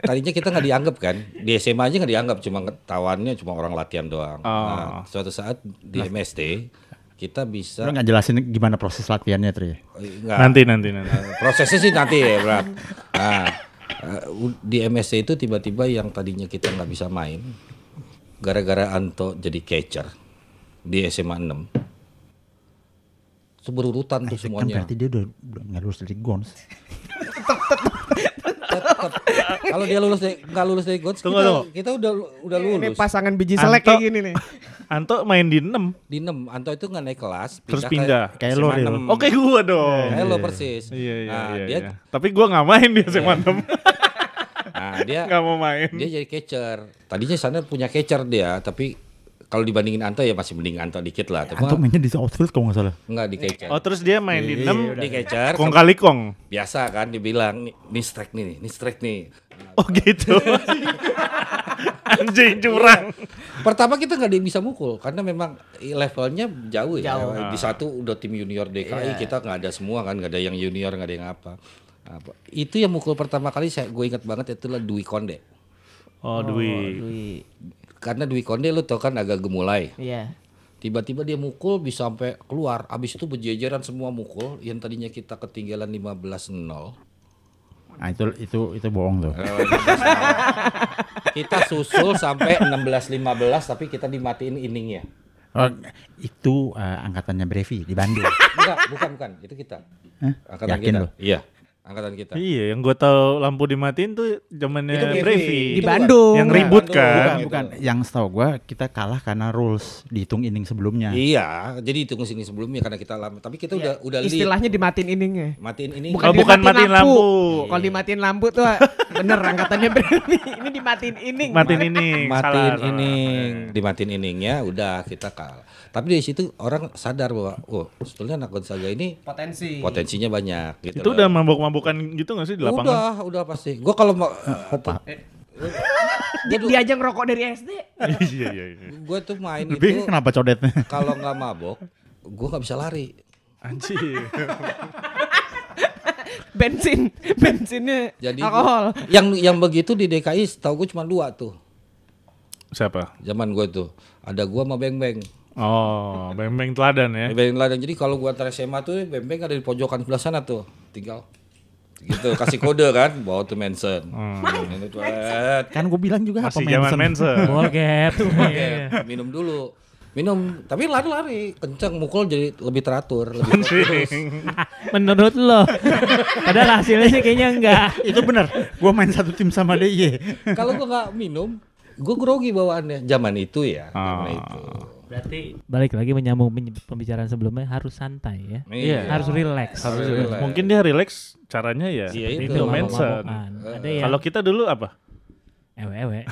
[SPEAKER 2] tadinya kita nggak dianggap kan, di S M A aja nggak dianggap, cuma tawannya cuma orang latihan doang.
[SPEAKER 1] Oh.
[SPEAKER 2] Nah, suatu saat di M S T kita bisa
[SPEAKER 4] Lu nggak jelasin gimana proses latihannya Tri?
[SPEAKER 2] nggak,
[SPEAKER 1] Nanti nanti nanti.
[SPEAKER 2] eh, prosesnya sih nanti ya Brat. Nah, eh, u- di M S T itu tiba-tiba yang tadinya kita nggak bisa main, gara-gara Anto jadi catcher di S M A enam. Itu berurutan tuh
[SPEAKER 4] Kan
[SPEAKER 2] semuanya.
[SPEAKER 4] berarti dia udah udah nggak lulus dari Gons.
[SPEAKER 2] Tetep. Kalau dia lulus dari, nggak lulus dari Gods,
[SPEAKER 1] Tunggu,
[SPEAKER 2] kita,
[SPEAKER 1] tunggu.
[SPEAKER 2] kita udah udah
[SPEAKER 3] Ini
[SPEAKER 2] lulus.
[SPEAKER 3] pasangan biji selek kayak
[SPEAKER 1] Anto-
[SPEAKER 3] gini nih.
[SPEAKER 1] Anto main di enam
[SPEAKER 2] Di enam, Anto itu nggak naik kelas,
[SPEAKER 1] terus
[SPEAKER 2] ke
[SPEAKER 1] pindah.
[SPEAKER 4] Kayak
[SPEAKER 2] S M A
[SPEAKER 4] lo, Ril.
[SPEAKER 2] enam.
[SPEAKER 1] Oke gua dong.
[SPEAKER 2] Kayak lo persis.
[SPEAKER 1] Iya iya
[SPEAKER 2] Nah,
[SPEAKER 1] iya,
[SPEAKER 2] dia,
[SPEAKER 1] iya. Tapi gua nggak main di S M A enam.
[SPEAKER 2] nah, dia,
[SPEAKER 1] Nggak mau main.
[SPEAKER 2] dia jadi catcher. Tadinya sana punya catcher dia, tapi kalau dibandingin Anto ya masih mending Anto dikit lah. Tapi
[SPEAKER 4] Anto mainnya di outfield kalau nggak salah.
[SPEAKER 2] nggak di catcher.
[SPEAKER 1] Oh terus dia main di enam
[SPEAKER 2] di catcher.
[SPEAKER 1] kong kali kong.
[SPEAKER 2] Biasa kan dibilang, nih, nih strike nih, nih strike nih.
[SPEAKER 1] Oh gitu. Anjing curang.
[SPEAKER 2] Pertama kita nggak ada yang bisa mukul karena memang levelnya jauh ya.
[SPEAKER 3] Jauh.
[SPEAKER 2] Di satu udah tim junior D K I,
[SPEAKER 3] Iya.
[SPEAKER 2] kita nggak ada semua kan, nggak ada yang junior, nggak ada yang apa. Apa. Itu yang mukul pertama kali saya gue ingat banget itulah Dwi Konde.
[SPEAKER 1] Oh Dwi.
[SPEAKER 3] Dwi.
[SPEAKER 2] Karena Dwi Konde lu tau kan agak gemulai.
[SPEAKER 3] Iya.
[SPEAKER 2] Tiba-tiba dia mukul bisa sampai keluar. Abis itu berjejeran semua mukul. Yang tadinya kita ketinggalan lima belas nol.
[SPEAKER 4] Nah itu itu itu bohong tuh.
[SPEAKER 2] Kita susul sampai enam belas lima belas tapi kita dimatiin inningnya.
[SPEAKER 4] Oh, itu eh, angkatannya Brevi di Bandung.
[SPEAKER 2] Enggak, bukan bukan. Itu kita.
[SPEAKER 4] Hah?
[SPEAKER 2] Angkatan
[SPEAKER 4] Yakin
[SPEAKER 2] kita.
[SPEAKER 4] lo?
[SPEAKER 2] Iya. Angkatan kita.
[SPEAKER 1] Iya, yang gue tahu lampu dimatiin tuh zamannya
[SPEAKER 2] Itu Brevi.
[SPEAKER 1] Brevi.
[SPEAKER 3] Di
[SPEAKER 2] Itu
[SPEAKER 3] Bandung.
[SPEAKER 1] Yang
[SPEAKER 2] Di
[SPEAKER 1] ribut
[SPEAKER 2] Bandung.
[SPEAKER 1] kan?
[SPEAKER 4] Bukan,
[SPEAKER 2] gitu.
[SPEAKER 4] bukan. Yang setahu gua kita kalah karena rules dihitung inning sebelumnya.
[SPEAKER 2] Iya, jadi hitung sini sebelumnya karena kita lama. Tapi kita udah udah lead.
[SPEAKER 3] Istilahnya dimatiin inningnya.
[SPEAKER 2] Matiin ini.
[SPEAKER 1] Oh, bukan matiin lampu.
[SPEAKER 3] Kalau dimatiin lampu tuh bener angkatannya berarti. Ini dimatiin inning.
[SPEAKER 1] Matiin ini.
[SPEAKER 2] matiin
[SPEAKER 1] salah,
[SPEAKER 2] inning,
[SPEAKER 1] salah.
[SPEAKER 2] dimatiin inningnya udah kita kalah. Tapi dari situ orang sadar bahwa oh, sebetulnya anak Gonzaga ini
[SPEAKER 3] Potensi.
[SPEAKER 2] potensinya banyak gitu.
[SPEAKER 1] Itu
[SPEAKER 2] loh.
[SPEAKER 1] udah mabok-mabokan gitu gak sih di lapangan?
[SPEAKER 2] Udah, udah pasti. Gua kalau mau
[SPEAKER 3] Dia diajak ngerokok dari S D.
[SPEAKER 1] Iya iya iya.
[SPEAKER 2] gue tuh main
[SPEAKER 4] Lebih
[SPEAKER 2] itu
[SPEAKER 4] kenapa codetnya?
[SPEAKER 2] kalau nggak mabok, gue nggak bisa lari.
[SPEAKER 1] Anjir.
[SPEAKER 3] Bensin, bensinnya
[SPEAKER 2] Jadi
[SPEAKER 3] alkohol.
[SPEAKER 2] yang yang begitu di D K I tahu gue cuma dua tuh.
[SPEAKER 1] Siapa?
[SPEAKER 2] Zaman gue tuh ada gue sama Beng Beng.
[SPEAKER 1] Oh, beng-beng teladan ya.
[SPEAKER 2] Beng Ladan. Jadi kalau gue antar S M A tuh Beng Beng ada di pojokan sebelah sana tuh. Tinggal gitu kasih kode kan bawa tuh Manson.
[SPEAKER 1] Hmm.
[SPEAKER 2] Ini tuh, eh,
[SPEAKER 4] Kan gue bilang juga
[SPEAKER 1] Masih
[SPEAKER 4] apa
[SPEAKER 1] zaman
[SPEAKER 4] Manson.
[SPEAKER 1] Manson.
[SPEAKER 5] Ball gap.
[SPEAKER 2] oke, minum dulu. Minum, tapi lari-lari, kencang, mukul jadi lebih teratur, lebih fokus.
[SPEAKER 5] Menurut lo. Padahal hasilnya sih kayaknya enggak.
[SPEAKER 4] Itu benar. Gua main satu tim sama D Y.
[SPEAKER 2] Kalau gue nggak minum, gue grogi bawaannya. Zaman itu ya, zaman
[SPEAKER 1] Oh.
[SPEAKER 2] itu.
[SPEAKER 5] Berarti balik lagi menyambung penye- pembicaraan sebelumnya harus santai ya.
[SPEAKER 2] Iya.
[SPEAKER 5] Harus relax.
[SPEAKER 2] Harus relax.
[SPEAKER 1] Mungkin dia relax caranya ya.
[SPEAKER 2] Iya,
[SPEAKER 1] seperti
[SPEAKER 2] itu.
[SPEAKER 1] itu
[SPEAKER 5] Mabok-mabokan.
[SPEAKER 1] Manson.
[SPEAKER 5] Ada yang
[SPEAKER 1] Kalau kita dulu apa?
[SPEAKER 5] ewe-ewe.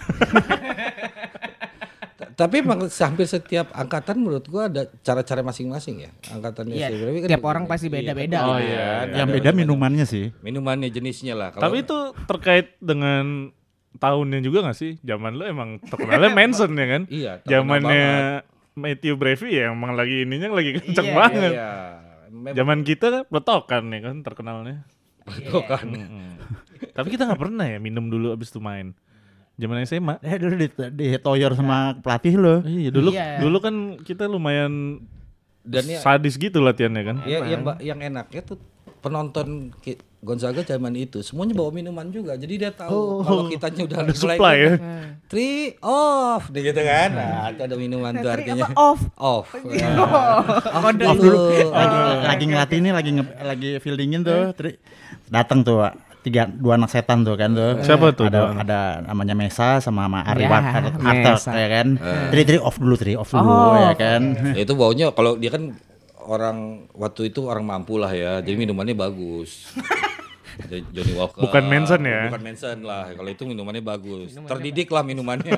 [SPEAKER 2] Tapi emang hampir setiap angkatan menurut gua ada cara-cara masing-masing ya. Angkatannya
[SPEAKER 3] Iya,
[SPEAKER 2] si Brevi kan
[SPEAKER 3] tiap
[SPEAKER 2] begitu.
[SPEAKER 3] orang pasti beda-beda.
[SPEAKER 2] Iya,
[SPEAKER 1] Oh,
[SPEAKER 2] kan?
[SPEAKER 1] iya.
[SPEAKER 2] Ada
[SPEAKER 4] Yang beda
[SPEAKER 2] macam-macam.
[SPEAKER 4] minumannya sih.
[SPEAKER 2] Minumannya jenisnya lah. Kalau
[SPEAKER 1] Tapi itu terkait dengan tahunnya juga gak sih? Zaman lu emang terkenalnya Manson ya kan?
[SPEAKER 2] Iya, terkenal
[SPEAKER 1] Zamannya Matthew Brevi ya emang lagi ininya lagi kenceng
[SPEAKER 3] Iya,
[SPEAKER 1] banget.
[SPEAKER 2] iya. Mem-
[SPEAKER 1] Zaman kita kan pletokan ya kan terkenalnya.
[SPEAKER 2] Betul kan.
[SPEAKER 1] Mm-mm. Tapi kita nggak pernah ya minum dulu abis itu main. Zaman S M A.
[SPEAKER 4] Eh dulu di, ditoyor sama pelatih lo.
[SPEAKER 1] Iya dulu
[SPEAKER 3] Iya.
[SPEAKER 1] dulu kan kita lumayan
[SPEAKER 2] Dan ya,
[SPEAKER 1] sadis gitu latihannya kan.
[SPEAKER 2] ya yang ba- yang enaknya tuh penonton ki- Gonzaga zaman itu semuanya bawa minuman juga. Jadi dia tahu kalau kitanya udah
[SPEAKER 1] Ada
[SPEAKER 2] mulai
[SPEAKER 1] supply ya.
[SPEAKER 2] three off deh gitu kan. Nah, itu ada minuman tuh
[SPEAKER 3] Three
[SPEAKER 2] artinya.
[SPEAKER 3] apa? Off.
[SPEAKER 2] Off.
[SPEAKER 3] Oh,
[SPEAKER 2] Off
[SPEAKER 4] Off
[SPEAKER 2] dulu.
[SPEAKER 4] dulu. Lagi, lagi ngelatih ini lagi nge, lagi fieldingin tuh. Tri, datang tuh Pak. tiga dua anak setan tuh kan tuh.
[SPEAKER 1] Siapa tuh
[SPEAKER 4] Ada
[SPEAKER 1] dua anak?
[SPEAKER 4] ada namanya Mesa sama sama
[SPEAKER 3] Ya,
[SPEAKER 4] Ariwan Arthur
[SPEAKER 3] Mesa.
[SPEAKER 4] ya kan. Tri tri off dulu tri off dulu
[SPEAKER 3] Oh,
[SPEAKER 4] ya kan.
[SPEAKER 2] Ya, itu baunya kalau dia kan orang waktu itu orang mampu lah ya. Jadi minumannya bagus. Jadi Johnny Walker.
[SPEAKER 1] Bukan Manson ya?
[SPEAKER 2] Bukan Manson lah. Kalau itu minumannya bagus. Terdidik lah minumannya.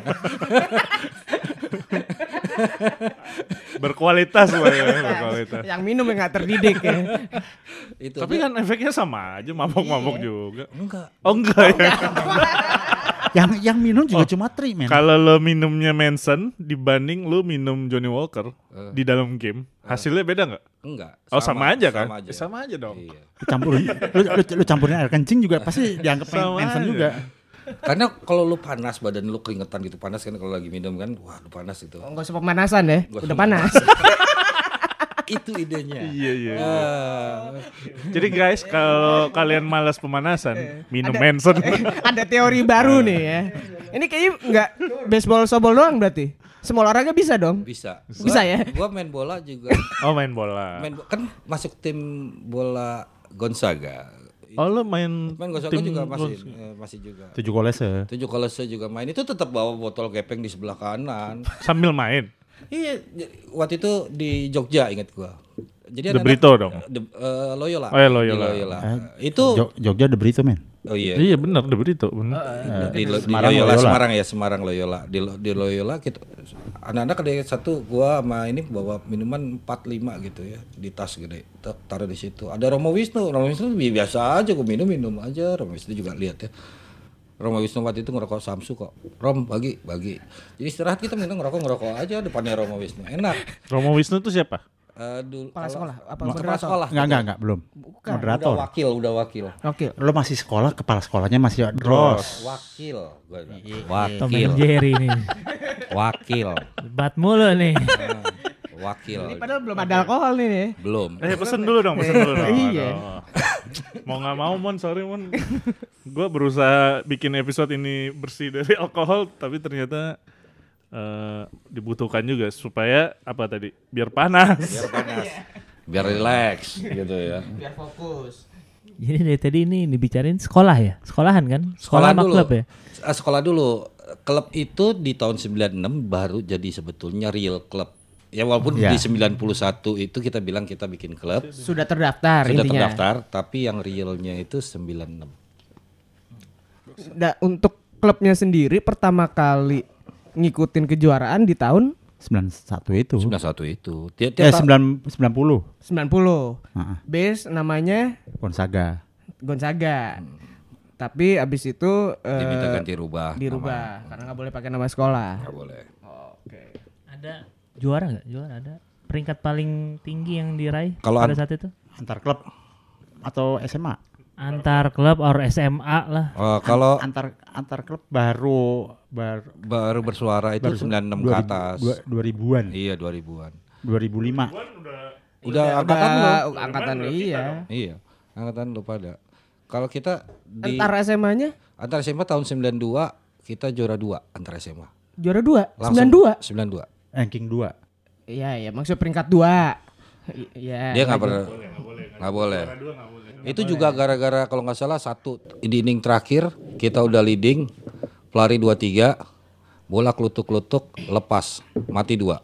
[SPEAKER 1] Berkualitas lah ya, berkualitas.
[SPEAKER 3] Yang minum yang nggak terdidik ya.
[SPEAKER 2] itu
[SPEAKER 1] Tapi
[SPEAKER 2] dia-
[SPEAKER 1] kan efeknya sama aja, mabok-mabok juga.
[SPEAKER 2] enggak.
[SPEAKER 1] Oh enggak ya.
[SPEAKER 4] Yang yang minum juga cuma tri men.
[SPEAKER 1] Kalau lo minumnya Manson dibanding lo minum Johnny Walker di dalam game, hasilnya beda nggak?
[SPEAKER 2] Enggak.
[SPEAKER 1] Oh sama, aja kan?
[SPEAKER 2] Sama aja.
[SPEAKER 1] Eh, Sama aja dong.
[SPEAKER 2] Iya.
[SPEAKER 4] Lu campurin lu, lu, lu campurin air kencing juga pasti dianggap
[SPEAKER 1] Sama
[SPEAKER 4] Manson
[SPEAKER 1] aja.
[SPEAKER 4] juga.
[SPEAKER 2] Karena kalau lu panas badan lu keringetan gitu panas kan kalau lagi minum kan, wah lu panas itu.
[SPEAKER 3] Oh, enggak usah pemanasan ya.
[SPEAKER 2] Nggak
[SPEAKER 3] Udah
[SPEAKER 2] usah
[SPEAKER 3] panas.
[SPEAKER 2] Itu idenya.
[SPEAKER 1] Iya iya.
[SPEAKER 2] Ah.
[SPEAKER 1] Jadi guys, kalau kalian malas pemanasan, minum Manson.
[SPEAKER 3] Ada teori baru nih ya. Ini kayaknya enggak baseball softball doang berarti. Semua olahraga bisa dong.
[SPEAKER 2] Bisa.
[SPEAKER 3] Bisa ya?
[SPEAKER 2] Gua main bola juga.
[SPEAKER 1] Oh main bola.
[SPEAKER 2] Main bo- kan masuk tim bola Gonzaga.
[SPEAKER 1] Oh lo main
[SPEAKER 2] Main Gonzaga
[SPEAKER 1] tim
[SPEAKER 2] juga masih
[SPEAKER 1] Gonzaga.
[SPEAKER 2] eh, masih juga.
[SPEAKER 4] Tujuh kolese.
[SPEAKER 2] Tujuh kolose juga main itu tetap bawa botol gepeng di sebelah kanan.
[SPEAKER 1] Sambil main.
[SPEAKER 2] Iya, j- waktu itu di Jogja ingat gua. Jadi
[SPEAKER 1] The Brito dong.
[SPEAKER 2] The, eh, Loyola.
[SPEAKER 1] Oh, ya,
[SPEAKER 2] Di
[SPEAKER 1] Loyola.
[SPEAKER 2] Itu
[SPEAKER 4] Jog- Jogja The Brito men.
[SPEAKER 2] oh iya.
[SPEAKER 1] Iya benar, The Brito. Bener.
[SPEAKER 2] di, Lo- di
[SPEAKER 4] Semarang,
[SPEAKER 2] Loyola,
[SPEAKER 4] Loyola.
[SPEAKER 2] Semarang ya Semarang Loyola di, Lo- di Loyola kita anak-anak ada satu gua sama ini bawa minuman empat lima gitu ya di tas gede Tar- taruh di situ ada Romo Wisnu Romo Wisnu bi- biasa aja gua minum minum aja Romo Wisnu juga lihat ya Romo Wisnu waktu itu ngerokok Samsu kok Rom bagi bagi jadi istirahat kita minum ngerokok ngerokok aja depannya Romo Wisnu enak.
[SPEAKER 1] Romo Wisnu tuh siapa?
[SPEAKER 2] Eh, dulu
[SPEAKER 3] Kepala
[SPEAKER 2] kalau-
[SPEAKER 3] sekolah, apa
[SPEAKER 2] kepala
[SPEAKER 3] moderator?
[SPEAKER 2] sekolah
[SPEAKER 4] Enggak enggak enggak belum.
[SPEAKER 3] Bukan.
[SPEAKER 2] udah
[SPEAKER 4] Moderator.
[SPEAKER 2] wakil udah wakil
[SPEAKER 3] Oke.
[SPEAKER 4] Lo masih sekolah, kepala sekolahnya masih Dros.
[SPEAKER 2] wakil gua bilang.
[SPEAKER 5] Tom
[SPEAKER 2] wakil
[SPEAKER 5] and Jerry nih.
[SPEAKER 2] wakil
[SPEAKER 5] Bat mulu nih.
[SPEAKER 2] wakil
[SPEAKER 3] Ini padahal belum ada alkohol nih. nih.
[SPEAKER 2] belum.
[SPEAKER 1] Eh pesen dulu dong, pesen dulu dong.
[SPEAKER 3] Iya.
[SPEAKER 1] Aduh. Mau nggak mau Mon, sorry Mon. Gue berusaha bikin episode ini bersih dari alkohol, tapi ternyata eh, dibutuhkan juga supaya apa tadi? Biar panas.
[SPEAKER 2] Biar panas, biar relax gitu ya.
[SPEAKER 3] Biar fokus.
[SPEAKER 5] Jadi dari tadi ini dibicarain sekolah ya? Sekolahan kan?
[SPEAKER 2] Sekolah
[SPEAKER 5] Sekolah sama
[SPEAKER 2] dulu.
[SPEAKER 5] klub ya?
[SPEAKER 2] Eh, Sekolah dulu. Klub itu di tahun sembilan puluh enam baru jadi sebetulnya real klub. Ya walaupun
[SPEAKER 4] Ya.
[SPEAKER 2] di sembilan puluh satu itu kita bilang kita bikin klub,
[SPEAKER 3] Sudah terdaftar
[SPEAKER 2] sudah
[SPEAKER 3] intinya.
[SPEAKER 2] terdaftar, tapi yang realnya itu sembilan puluh enam.
[SPEAKER 3] Da, untuk klubnya sendiri pertama kali ngikutin kejuaraan di tahun
[SPEAKER 4] sembilan puluh satu itu.
[SPEAKER 2] sembilan puluh satu itu. Tiap,
[SPEAKER 4] Eh
[SPEAKER 2] tiap ta-
[SPEAKER 4] sembilan sembilan puluh.
[SPEAKER 3] sembilan puluh.
[SPEAKER 4] Heeh.
[SPEAKER 3] Base namanya
[SPEAKER 4] Gonzaga.
[SPEAKER 3] Gonzaga. Tapi abis itu eh,
[SPEAKER 2] diminta ganti rubah.
[SPEAKER 3] dirubah karena nggak boleh pakai nama sekolah.
[SPEAKER 2] Nggak boleh.
[SPEAKER 3] Oke.
[SPEAKER 5] Ada juara nggak? Juara ada. Peringkat paling tinggi yang diraih
[SPEAKER 2] Kalau
[SPEAKER 5] pada
[SPEAKER 2] an-
[SPEAKER 5] saat itu?
[SPEAKER 4] Antar klub atau S M A?
[SPEAKER 5] Antar klub or S M A lah.
[SPEAKER 2] Oh, kalau
[SPEAKER 4] Antar antar klub baru baru
[SPEAKER 2] baru bersuara itu
[SPEAKER 4] baru
[SPEAKER 2] sembilan puluh enam ke
[SPEAKER 4] dua ribu
[SPEAKER 2] atas.
[SPEAKER 4] dua- dua ribuan.
[SPEAKER 2] Iya, dua ribuan.
[SPEAKER 4] dua ribu lima.
[SPEAKER 2] Udah angkatan lu.
[SPEAKER 3] Udah angkatan iya.
[SPEAKER 2] Iya, angkatan lu pada. Kalau kita di
[SPEAKER 3] Antar S M A-nya
[SPEAKER 2] antar S M A tahun sembilan puluh dua kita juara dua antar S M A.
[SPEAKER 3] juara dua,
[SPEAKER 2] Langsung
[SPEAKER 3] sembilan dua.
[SPEAKER 2] sembilan puluh dua.
[SPEAKER 4] Ranking dua.
[SPEAKER 3] Iya, ya maksud peringkat dua. I- Iya.
[SPEAKER 2] Dia nggak pernah nggak boleh. Itu juga gara-gara kalau nggak salah satu di inning terakhir kita udah leading, pelari dua tiga, bola kelutuk-kelutuk lepas, mati dua.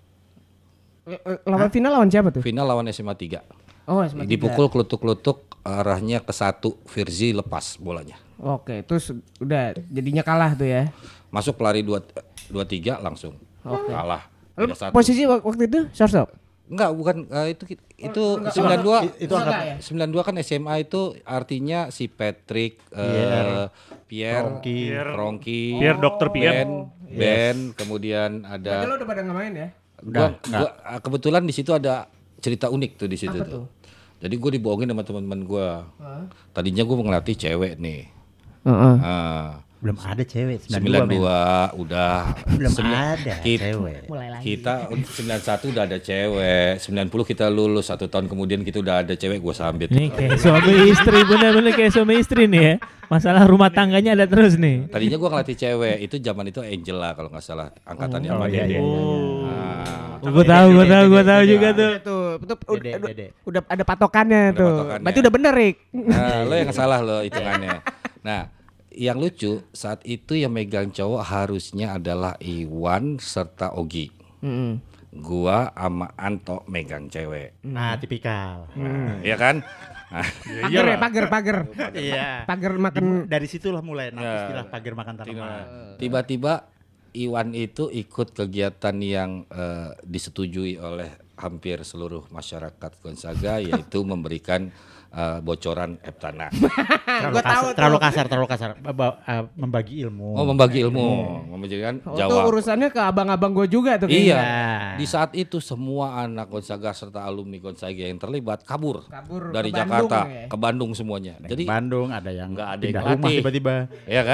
[SPEAKER 3] Eh, eh, Lawan final lawan siapa tuh?
[SPEAKER 2] Final lawan S M A tiga.
[SPEAKER 3] Oh, S M A tiga.
[SPEAKER 2] Dipukul kelutuk-kelutuk arahnya ke satu, Firzi lepas bolanya.
[SPEAKER 3] Oke, terus udah jadinya kalah tuh ya.
[SPEAKER 2] Masuk pelari dua dua tiga langsung kalah.
[SPEAKER 3] Lu
[SPEAKER 2] Beda satu.
[SPEAKER 3] posisi wak- waktu itu shortstop.
[SPEAKER 2] Enggak, bukan eh, itu itu sembilan puluh dua.
[SPEAKER 4] Itu angkat
[SPEAKER 3] ya?
[SPEAKER 2] sembilan puluh dua kan S M A itu artinya si Patrick, eh, Pierre,
[SPEAKER 1] Pierre.
[SPEAKER 2] Ronki,
[SPEAKER 1] Pierre, Dokter Pierre.
[SPEAKER 2] Ben, Ben, kemudian ada
[SPEAKER 3] Lo udah pada nggak main ya?
[SPEAKER 2] gua, gua, ah, kebetulan di situ ada cerita unik tuh di situ tuh. Jadi gue dibohongin sama teman-teman gue. Tadinya gue mau ngelatih cewek nih.
[SPEAKER 3] Heeh.
[SPEAKER 2] Ah,
[SPEAKER 4] belum ada cewek
[SPEAKER 2] sembilan
[SPEAKER 4] men.
[SPEAKER 2] dua udah
[SPEAKER 4] Belum
[SPEAKER 2] Sembilan-
[SPEAKER 4] ada
[SPEAKER 2] kita,
[SPEAKER 4] cewek.
[SPEAKER 5] Mulai lagi.
[SPEAKER 2] kita sembilan puluh satu udah ada cewek, sembilan puluh kita lulus, satu tahun kemudian kita udah ada cewek, gue sambit.
[SPEAKER 5] Ini kayak suami istri, bener-bener kayak suami istri nih ya. Masalah rumah tangganya ada terus nih.
[SPEAKER 2] Tadinya gue ngelatih cewek, itu zaman itu Angela kalau nggak salah angkatannya sama
[SPEAKER 4] iya,
[SPEAKER 2] dia.
[SPEAKER 4] iya,
[SPEAKER 2] Nah,
[SPEAKER 5] Gue tahu, gue tahu, gue tahu juga tuh.
[SPEAKER 3] Tuh, betul udah,
[SPEAKER 4] Dede,
[SPEAKER 3] udah,
[SPEAKER 4] dede.
[SPEAKER 3] udah ada patokannya
[SPEAKER 2] Ada
[SPEAKER 3] tuh.
[SPEAKER 2] patokannya.
[SPEAKER 3] Berarti udah bener, Rik.
[SPEAKER 2] nah, lo yang salah lo hitungannya. Nah, yang lucu saat itu yang megang cowok harusnya adalah Iwan serta Ogi.
[SPEAKER 3] Heeh.
[SPEAKER 2] Gua sama Anto megang cewek.
[SPEAKER 4] Nah, tipikal.
[SPEAKER 2] Iya kan? Nah,
[SPEAKER 3] Pagar ya, pagar, pagar.
[SPEAKER 4] Iya.
[SPEAKER 3] Pagar makan.
[SPEAKER 4] Dari situlah mulai nah,
[SPEAKER 2] Ya.
[SPEAKER 4] istilah pagar makan tanaman.
[SPEAKER 2] tiba-tiba Iwan itu ikut kegiatan yang eh, disetujui oleh hampir seluruh masyarakat Gonzaga yaitu memberikan eh, bocoran Eptana.
[SPEAKER 4] Terlalu
[SPEAKER 3] Gua tahu
[SPEAKER 4] kasar,
[SPEAKER 3] tuh.
[SPEAKER 4] terlalu kasar, terlalu kasar. Ba- eh, membagi ilmu.
[SPEAKER 2] Oh, membagi ilmu, memberikan
[SPEAKER 3] Oh, tuh
[SPEAKER 2] jawab.
[SPEAKER 3] urusannya ke abang-abang gue juga tuh kayaknya.
[SPEAKER 2] Iya. Di saat itu semua anak Gonzaga serta alumni Gonzaga yang terlibat kabur,
[SPEAKER 3] Kabur
[SPEAKER 2] dari
[SPEAKER 3] ke Bandung
[SPEAKER 2] Jakarta
[SPEAKER 3] ya.
[SPEAKER 2] ke Bandung semuanya.
[SPEAKER 4] Ada
[SPEAKER 2] Jadi
[SPEAKER 4] yang Bandung, ada yang
[SPEAKER 2] nggak ada yang
[SPEAKER 4] pindah rumah
[SPEAKER 2] ngelatih.
[SPEAKER 4] tiba-tiba.
[SPEAKER 2] ya kan?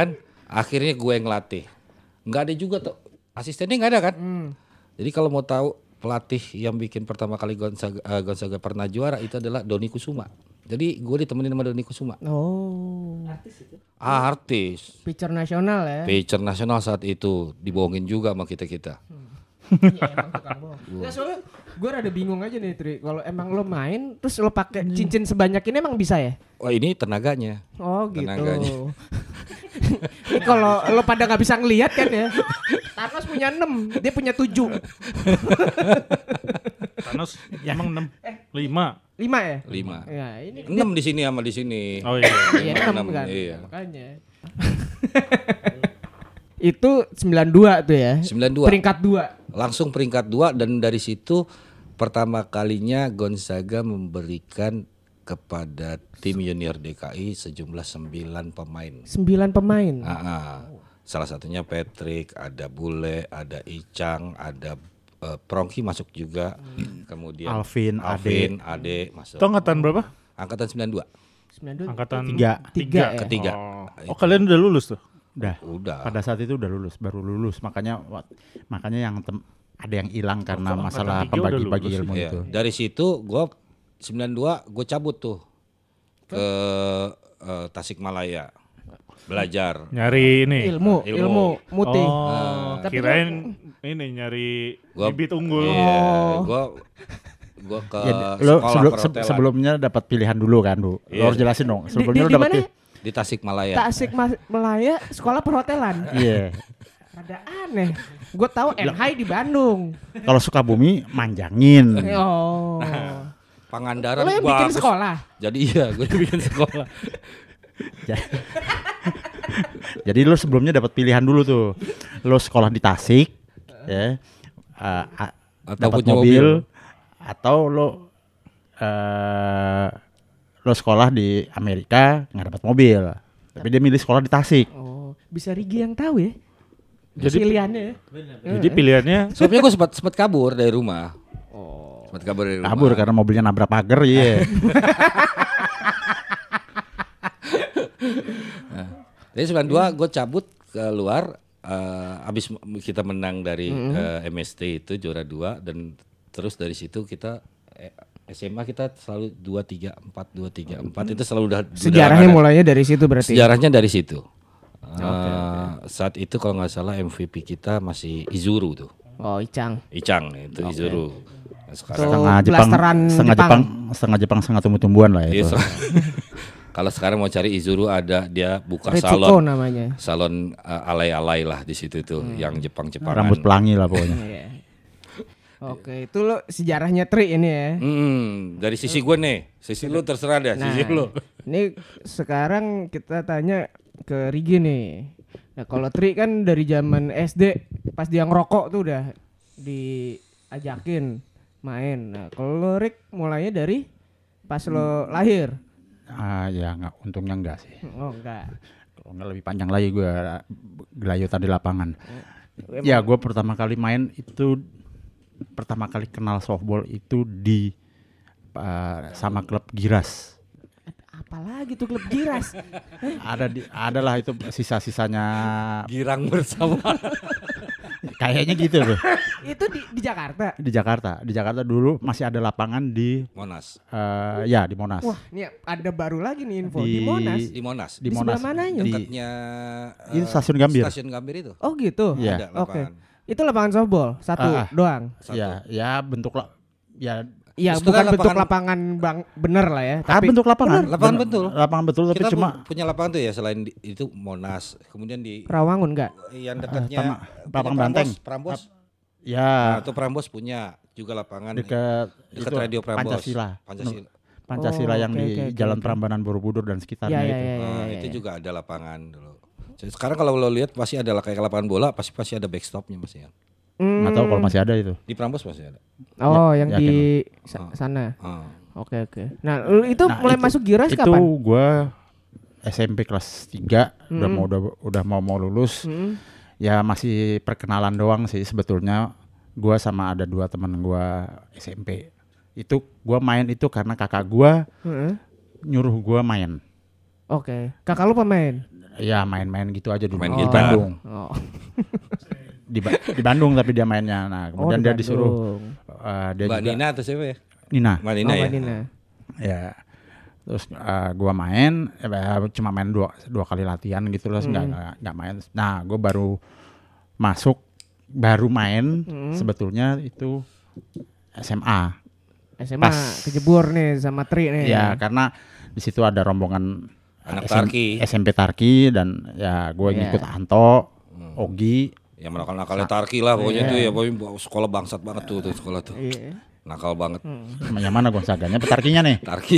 [SPEAKER 2] Akhirnya gue yang ngelatih. Nggak ada juga tuh asistennya nggak ada kan.
[SPEAKER 3] Hmm.
[SPEAKER 2] Jadi kalau mau tahu pelatih yang bikin pertama kali Gonzaga, uh, Gonzaga pernah juara itu adalah Doni Kusuma. Jadi gue ditemenin sama Doni Kusuma.
[SPEAKER 3] Oh.
[SPEAKER 2] Ah, artis.
[SPEAKER 3] Pitcher nasional ya.
[SPEAKER 2] Pitcher nasional saat itu dibohongin juga sama kita-kita.
[SPEAKER 3] Iya emang tukang bohong. Nggak, soalnya gue rada bingung aja nih Tri. Kalau emang lo main terus lo pakai cincin sebanyak ini emang bisa ya?
[SPEAKER 2] Wah, ini tenaganya.
[SPEAKER 3] Oh gitu.
[SPEAKER 2] Tenaganya.
[SPEAKER 3] Ini kalau lo pada nggak bisa ngelihat kan ya. Thanos punya enam, dia punya tujuh.
[SPEAKER 1] Thanos emang enam, lima.
[SPEAKER 3] Lima ya?
[SPEAKER 2] Lima.
[SPEAKER 3] Ya ini
[SPEAKER 2] Enam di sini sama di sini.
[SPEAKER 1] Oh iya.
[SPEAKER 3] Iya enam kan.
[SPEAKER 2] Iya.
[SPEAKER 3] Makanya. Itu sembilan dua tuh ya.
[SPEAKER 2] sembilan dua.
[SPEAKER 3] Peringkat dua.
[SPEAKER 2] Langsung peringkat dua dan dari situ pertama kalinya Gonzaga memberikan kepada tim junior D K I sejumlah sembilan pemain.
[SPEAKER 3] Sembilan pemain.
[SPEAKER 2] Ah, ah. Salah satunya Patrick, ada Bule, ada Icang, ada uh, Prongki masuk juga. Kemudian
[SPEAKER 4] Alvin,
[SPEAKER 2] Alvin, Ade masuk.
[SPEAKER 1] Itu angkatan berapa?
[SPEAKER 2] Angkatan sembilan dua.
[SPEAKER 3] sembilan dua.
[SPEAKER 1] Angkatan
[SPEAKER 4] Tiga.
[SPEAKER 3] Tiga ya?
[SPEAKER 2] Ketiga.
[SPEAKER 1] Oh, oh kalian udah lulus tuh?
[SPEAKER 4] Udah.
[SPEAKER 2] Udah.
[SPEAKER 4] Pada saat itu udah lulus, baru lulus. Makanya wa- makanya yang tem- ada yang hilang karena
[SPEAKER 1] kalau
[SPEAKER 4] masalah
[SPEAKER 1] angkatan tiga udah
[SPEAKER 4] pembagi-bagi
[SPEAKER 1] lulus
[SPEAKER 4] ilmu
[SPEAKER 2] Iya.
[SPEAKER 4] itu.
[SPEAKER 2] Dari situ gue sembilan dua gue cabut tuh ke uh, Tasikmalaya belajar.
[SPEAKER 1] Nyari ini.
[SPEAKER 3] Ilmu,
[SPEAKER 2] Ilmu.
[SPEAKER 3] ilmu, muti.
[SPEAKER 1] Oh,
[SPEAKER 3] Tapi
[SPEAKER 1] kirain ini nyari
[SPEAKER 2] Gua-
[SPEAKER 1] bibit unggul.
[SPEAKER 2] Iya,
[SPEAKER 3] Oh.
[SPEAKER 2] gue gue ke
[SPEAKER 4] Ya, lo
[SPEAKER 2] sekolah
[SPEAKER 4] sebelum, se-
[SPEAKER 2] perhotelan
[SPEAKER 4] sebelumnya dapat pilihan dulu kan, Bu. Lo
[SPEAKER 2] Iya.
[SPEAKER 4] harus jelasin dong.
[SPEAKER 3] Di,
[SPEAKER 4] Sebelumnya
[SPEAKER 3] di,
[SPEAKER 4] lo
[SPEAKER 3] di
[SPEAKER 4] dapat
[SPEAKER 3] mana?
[SPEAKER 4] pi-
[SPEAKER 2] di Tasikmalaya.
[SPEAKER 3] Tasik Mas- Melaya, sekolah perhotelan.
[SPEAKER 4] Iya.
[SPEAKER 3] Ada aneh. Gue tahu N H I di Bandung.
[SPEAKER 4] Kalau Sukabumi manjangin.
[SPEAKER 3] Oh.
[SPEAKER 2] Pangandaran
[SPEAKER 3] Lo yang bikin
[SPEAKER 2] bagus.
[SPEAKER 3] sekolah.
[SPEAKER 2] Jadi iya, gue bikin sekolah.
[SPEAKER 4] Ja- Jadi lo sebelumnya dapat pilihan dulu tuh. Lo sekolah di Tasik, ya. uh, a-
[SPEAKER 2] Atau
[SPEAKER 4] dapat
[SPEAKER 2] punya
[SPEAKER 4] mobil,
[SPEAKER 2] mobil.
[SPEAKER 4] atau lo uh, lo sekolah di Amerika nggak dapat mobil. Tapi dia milih sekolah di Tasik.
[SPEAKER 3] Oh, bisa Rigi yang tahu ya.
[SPEAKER 1] Jadi-
[SPEAKER 3] pilihannya. ya.
[SPEAKER 1] Jadi pilihannya
[SPEAKER 2] Soalnya gue sempat sempat kabur dari rumah. Oh. Sempat kabur dari rumah.
[SPEAKER 4] Kabur karena mobilnya nabrak pagar, iya.
[SPEAKER 2] Jadi sembilan dua gue cabut keluar uh, abis m- kita menang dari uh, M S T itu juara dua dan terus dari situ kita eh, S M A kita selalu dua tiga empat dua tiga empat itu selalu udah
[SPEAKER 3] Sejarahnya
[SPEAKER 2] udah
[SPEAKER 3] mulainya dari situ berarti.
[SPEAKER 2] Sejarahnya dari situ. Uh, saat itu kalau nggak salah M V P kita masih Izuru tuh.
[SPEAKER 3] Oh, Icang.
[SPEAKER 2] Icang itu Izuru. Nah, sekarang
[SPEAKER 3] Tuh.
[SPEAKER 4] Setengah Jepang,
[SPEAKER 3] blasteran
[SPEAKER 4] setengah
[SPEAKER 3] Jepang.
[SPEAKER 4] Jepang, setengah Jepang, setengah tumbuh-tumbuhan lah
[SPEAKER 2] Iya,
[SPEAKER 4] itu.
[SPEAKER 2] so- kalau sekarang mau cari Izuru ada dia buka
[SPEAKER 3] Retsuko
[SPEAKER 2] salon
[SPEAKER 3] namanya.
[SPEAKER 2] salon uh, alay-alay lah di situ tuh yang Jepang-Jepangan.
[SPEAKER 4] Rambut pelangi lah pokoknya.
[SPEAKER 3] Iya. Oke, itu lo sejarahnya Tri ini ya.
[SPEAKER 2] Hmm, dari sisi gue nih, sisi lu terserah deh,
[SPEAKER 3] Nah,
[SPEAKER 2] sisi lu.
[SPEAKER 3] ini sekarang kita tanya ke Rigi nih. Nah, kalau Tri kan dari zaman S D pas dia ngerokok tuh udah diajakin main. Nah, kalau lo Rik mulainya dari pas lo lahir.
[SPEAKER 4] Ah ya nggak, untungnya enggak sih.
[SPEAKER 3] Oh, enggak.
[SPEAKER 4] Kalau nggak lebih panjang lagi gue gelayutan di lapangan. Ya gue pertama kali main itu pertama kali kenal softball itu di uh, sama klub Giras.
[SPEAKER 3] Apalagi tuh klub Giras.
[SPEAKER 4] Ada di adalah itu sisa-sisanya
[SPEAKER 2] Girang bersama.
[SPEAKER 4] kayaknya gitu tuh.
[SPEAKER 3] Itu di, di Jakarta.
[SPEAKER 4] Di Jakarta, di Jakarta dulu masih ada lapangan di
[SPEAKER 2] Monas.
[SPEAKER 4] uh, ya di Monas.
[SPEAKER 3] Wah, ini ada baru lagi nih info di,
[SPEAKER 4] Di-
[SPEAKER 3] Monas.
[SPEAKER 2] Di Monas.
[SPEAKER 4] Di
[SPEAKER 3] Di
[SPEAKER 4] Monas.
[SPEAKER 3] sebelah mananya?
[SPEAKER 4] Di-
[SPEAKER 2] Dekatnya
[SPEAKER 4] Itu
[SPEAKER 2] eh,
[SPEAKER 4] stasiun Gambir.
[SPEAKER 2] Stasiun Gambir itu.
[SPEAKER 3] Oh gitu.
[SPEAKER 4] Iya.
[SPEAKER 2] Ada
[SPEAKER 3] Oke.
[SPEAKER 2] lapangan.
[SPEAKER 3] Itu lapangan softball satu
[SPEAKER 4] Ah, ah.
[SPEAKER 3] doang.
[SPEAKER 2] Satu.
[SPEAKER 4] Ya, ya bentuk la, ya
[SPEAKER 3] Iya,
[SPEAKER 2] Itu
[SPEAKER 3] bukan
[SPEAKER 2] kan
[SPEAKER 3] bentuk
[SPEAKER 2] lapangan-
[SPEAKER 3] lapangan bang bener lah ya.
[SPEAKER 4] ah, bentuk lapangan.
[SPEAKER 2] Lapangan
[SPEAKER 4] Ben-
[SPEAKER 2] betul.
[SPEAKER 4] Lapangan betul tapi
[SPEAKER 2] Kita
[SPEAKER 4] cuma
[SPEAKER 2] pu- punya lapangan tuh ya selain di, itu Monas. Kemudian di
[SPEAKER 3] Rawangun enggak?
[SPEAKER 2] yang dekatnya
[SPEAKER 4] Tama-
[SPEAKER 2] punya
[SPEAKER 4] Lapang
[SPEAKER 2] Prambos,
[SPEAKER 4] Banteng.
[SPEAKER 2] Prambos.
[SPEAKER 4] ya
[SPEAKER 2] Nah, itu Prambos punya juga lapangan
[SPEAKER 4] dekat
[SPEAKER 2] dekat
[SPEAKER 4] itu
[SPEAKER 2] Radio Prambos.
[SPEAKER 4] Pancasila.
[SPEAKER 2] Pancasila.
[SPEAKER 4] Pancasila
[SPEAKER 3] Oh,
[SPEAKER 4] yang
[SPEAKER 3] oke,
[SPEAKER 4] di
[SPEAKER 3] oke, oke,
[SPEAKER 4] Jalan
[SPEAKER 3] oke.
[SPEAKER 4] Prambanan Borobudur dan sekitarnya
[SPEAKER 3] Iya, iya,
[SPEAKER 4] itu.
[SPEAKER 3] iya,
[SPEAKER 2] Nah,
[SPEAKER 3] iya,
[SPEAKER 2] itu
[SPEAKER 3] iya.
[SPEAKER 2] juga ada lapangan dulu. Jadi sekarang kalau lo lihat pasti ada kayak lapangan bola, pasti pasti ada backstopnya masih ya.
[SPEAKER 3] Hmm.
[SPEAKER 4] Nggak tahu kalau masih ada itu.
[SPEAKER 2] Di Prambos masih ada.
[SPEAKER 3] Oh,
[SPEAKER 4] Ya-
[SPEAKER 3] yang
[SPEAKER 4] yakin
[SPEAKER 3] di sa-
[SPEAKER 2] Oh.
[SPEAKER 3] sana.
[SPEAKER 2] Ah.
[SPEAKER 3] Oke, oke. Nah, lu itu
[SPEAKER 4] Nah,
[SPEAKER 3] mulai
[SPEAKER 4] itu-
[SPEAKER 3] masuk Giras
[SPEAKER 4] Itu
[SPEAKER 3] kapan?
[SPEAKER 4] gua S M P kelas tiga udah
[SPEAKER 3] Mm.
[SPEAKER 4] mau udah, udah mau mau lulus.
[SPEAKER 3] Hmm.
[SPEAKER 4] Ya masih perkenalan doang sih sebetulnya. Gua sama ada dua teman gua S M P. Itu gua main itu karena kakak gua
[SPEAKER 3] Heeh.
[SPEAKER 4] nyuruh gua main.
[SPEAKER 3] Oke. Kakak lu pemain?
[SPEAKER 4] ya main-main gitu aja dulu
[SPEAKER 2] Main
[SPEAKER 4] di
[SPEAKER 2] gitar.
[SPEAKER 4] Bandung.
[SPEAKER 3] Oh.
[SPEAKER 4] Di, Ba- di Bandung tapi dia mainnya. Nah,
[SPEAKER 3] Oh,
[SPEAKER 4] kemudian
[SPEAKER 3] di
[SPEAKER 4] dia disuruh
[SPEAKER 3] Bandung.
[SPEAKER 4] uh, dia
[SPEAKER 2] Mbak
[SPEAKER 4] juga
[SPEAKER 2] Nina atau siapa ya?
[SPEAKER 4] Nina.
[SPEAKER 2] Mbak Nina
[SPEAKER 3] Oh,
[SPEAKER 2] ya.
[SPEAKER 3] Mbak Nina.
[SPEAKER 4] Ya. Terus uh, gua main eh, cuma main dua dua kali latihan gitu loh, nggak nggak nggak main. Nah, gua baru masuk baru main sebetulnya itu S M A.
[SPEAKER 3] S M A
[SPEAKER 4] Pas.
[SPEAKER 3] kejebur nih sama Tri nih.
[SPEAKER 4] Ya, karena di situ ada rombongan
[SPEAKER 2] Anak
[SPEAKER 4] S M-
[SPEAKER 2] Tarki.
[SPEAKER 4] S M P Tarki dan ya gue
[SPEAKER 3] Iya.
[SPEAKER 4] ngikut Anto, Ogi.
[SPEAKER 2] Ya nakal-nakalnya Tarki lah pokoknya tuh ya, pokoknya sekolah bangsat banget tuh tuh sekolah tuh.
[SPEAKER 3] Iya.
[SPEAKER 2] Nakal banget.
[SPEAKER 4] Yang mana Gonzaganya, Petarkinya nih.
[SPEAKER 2] Tarki.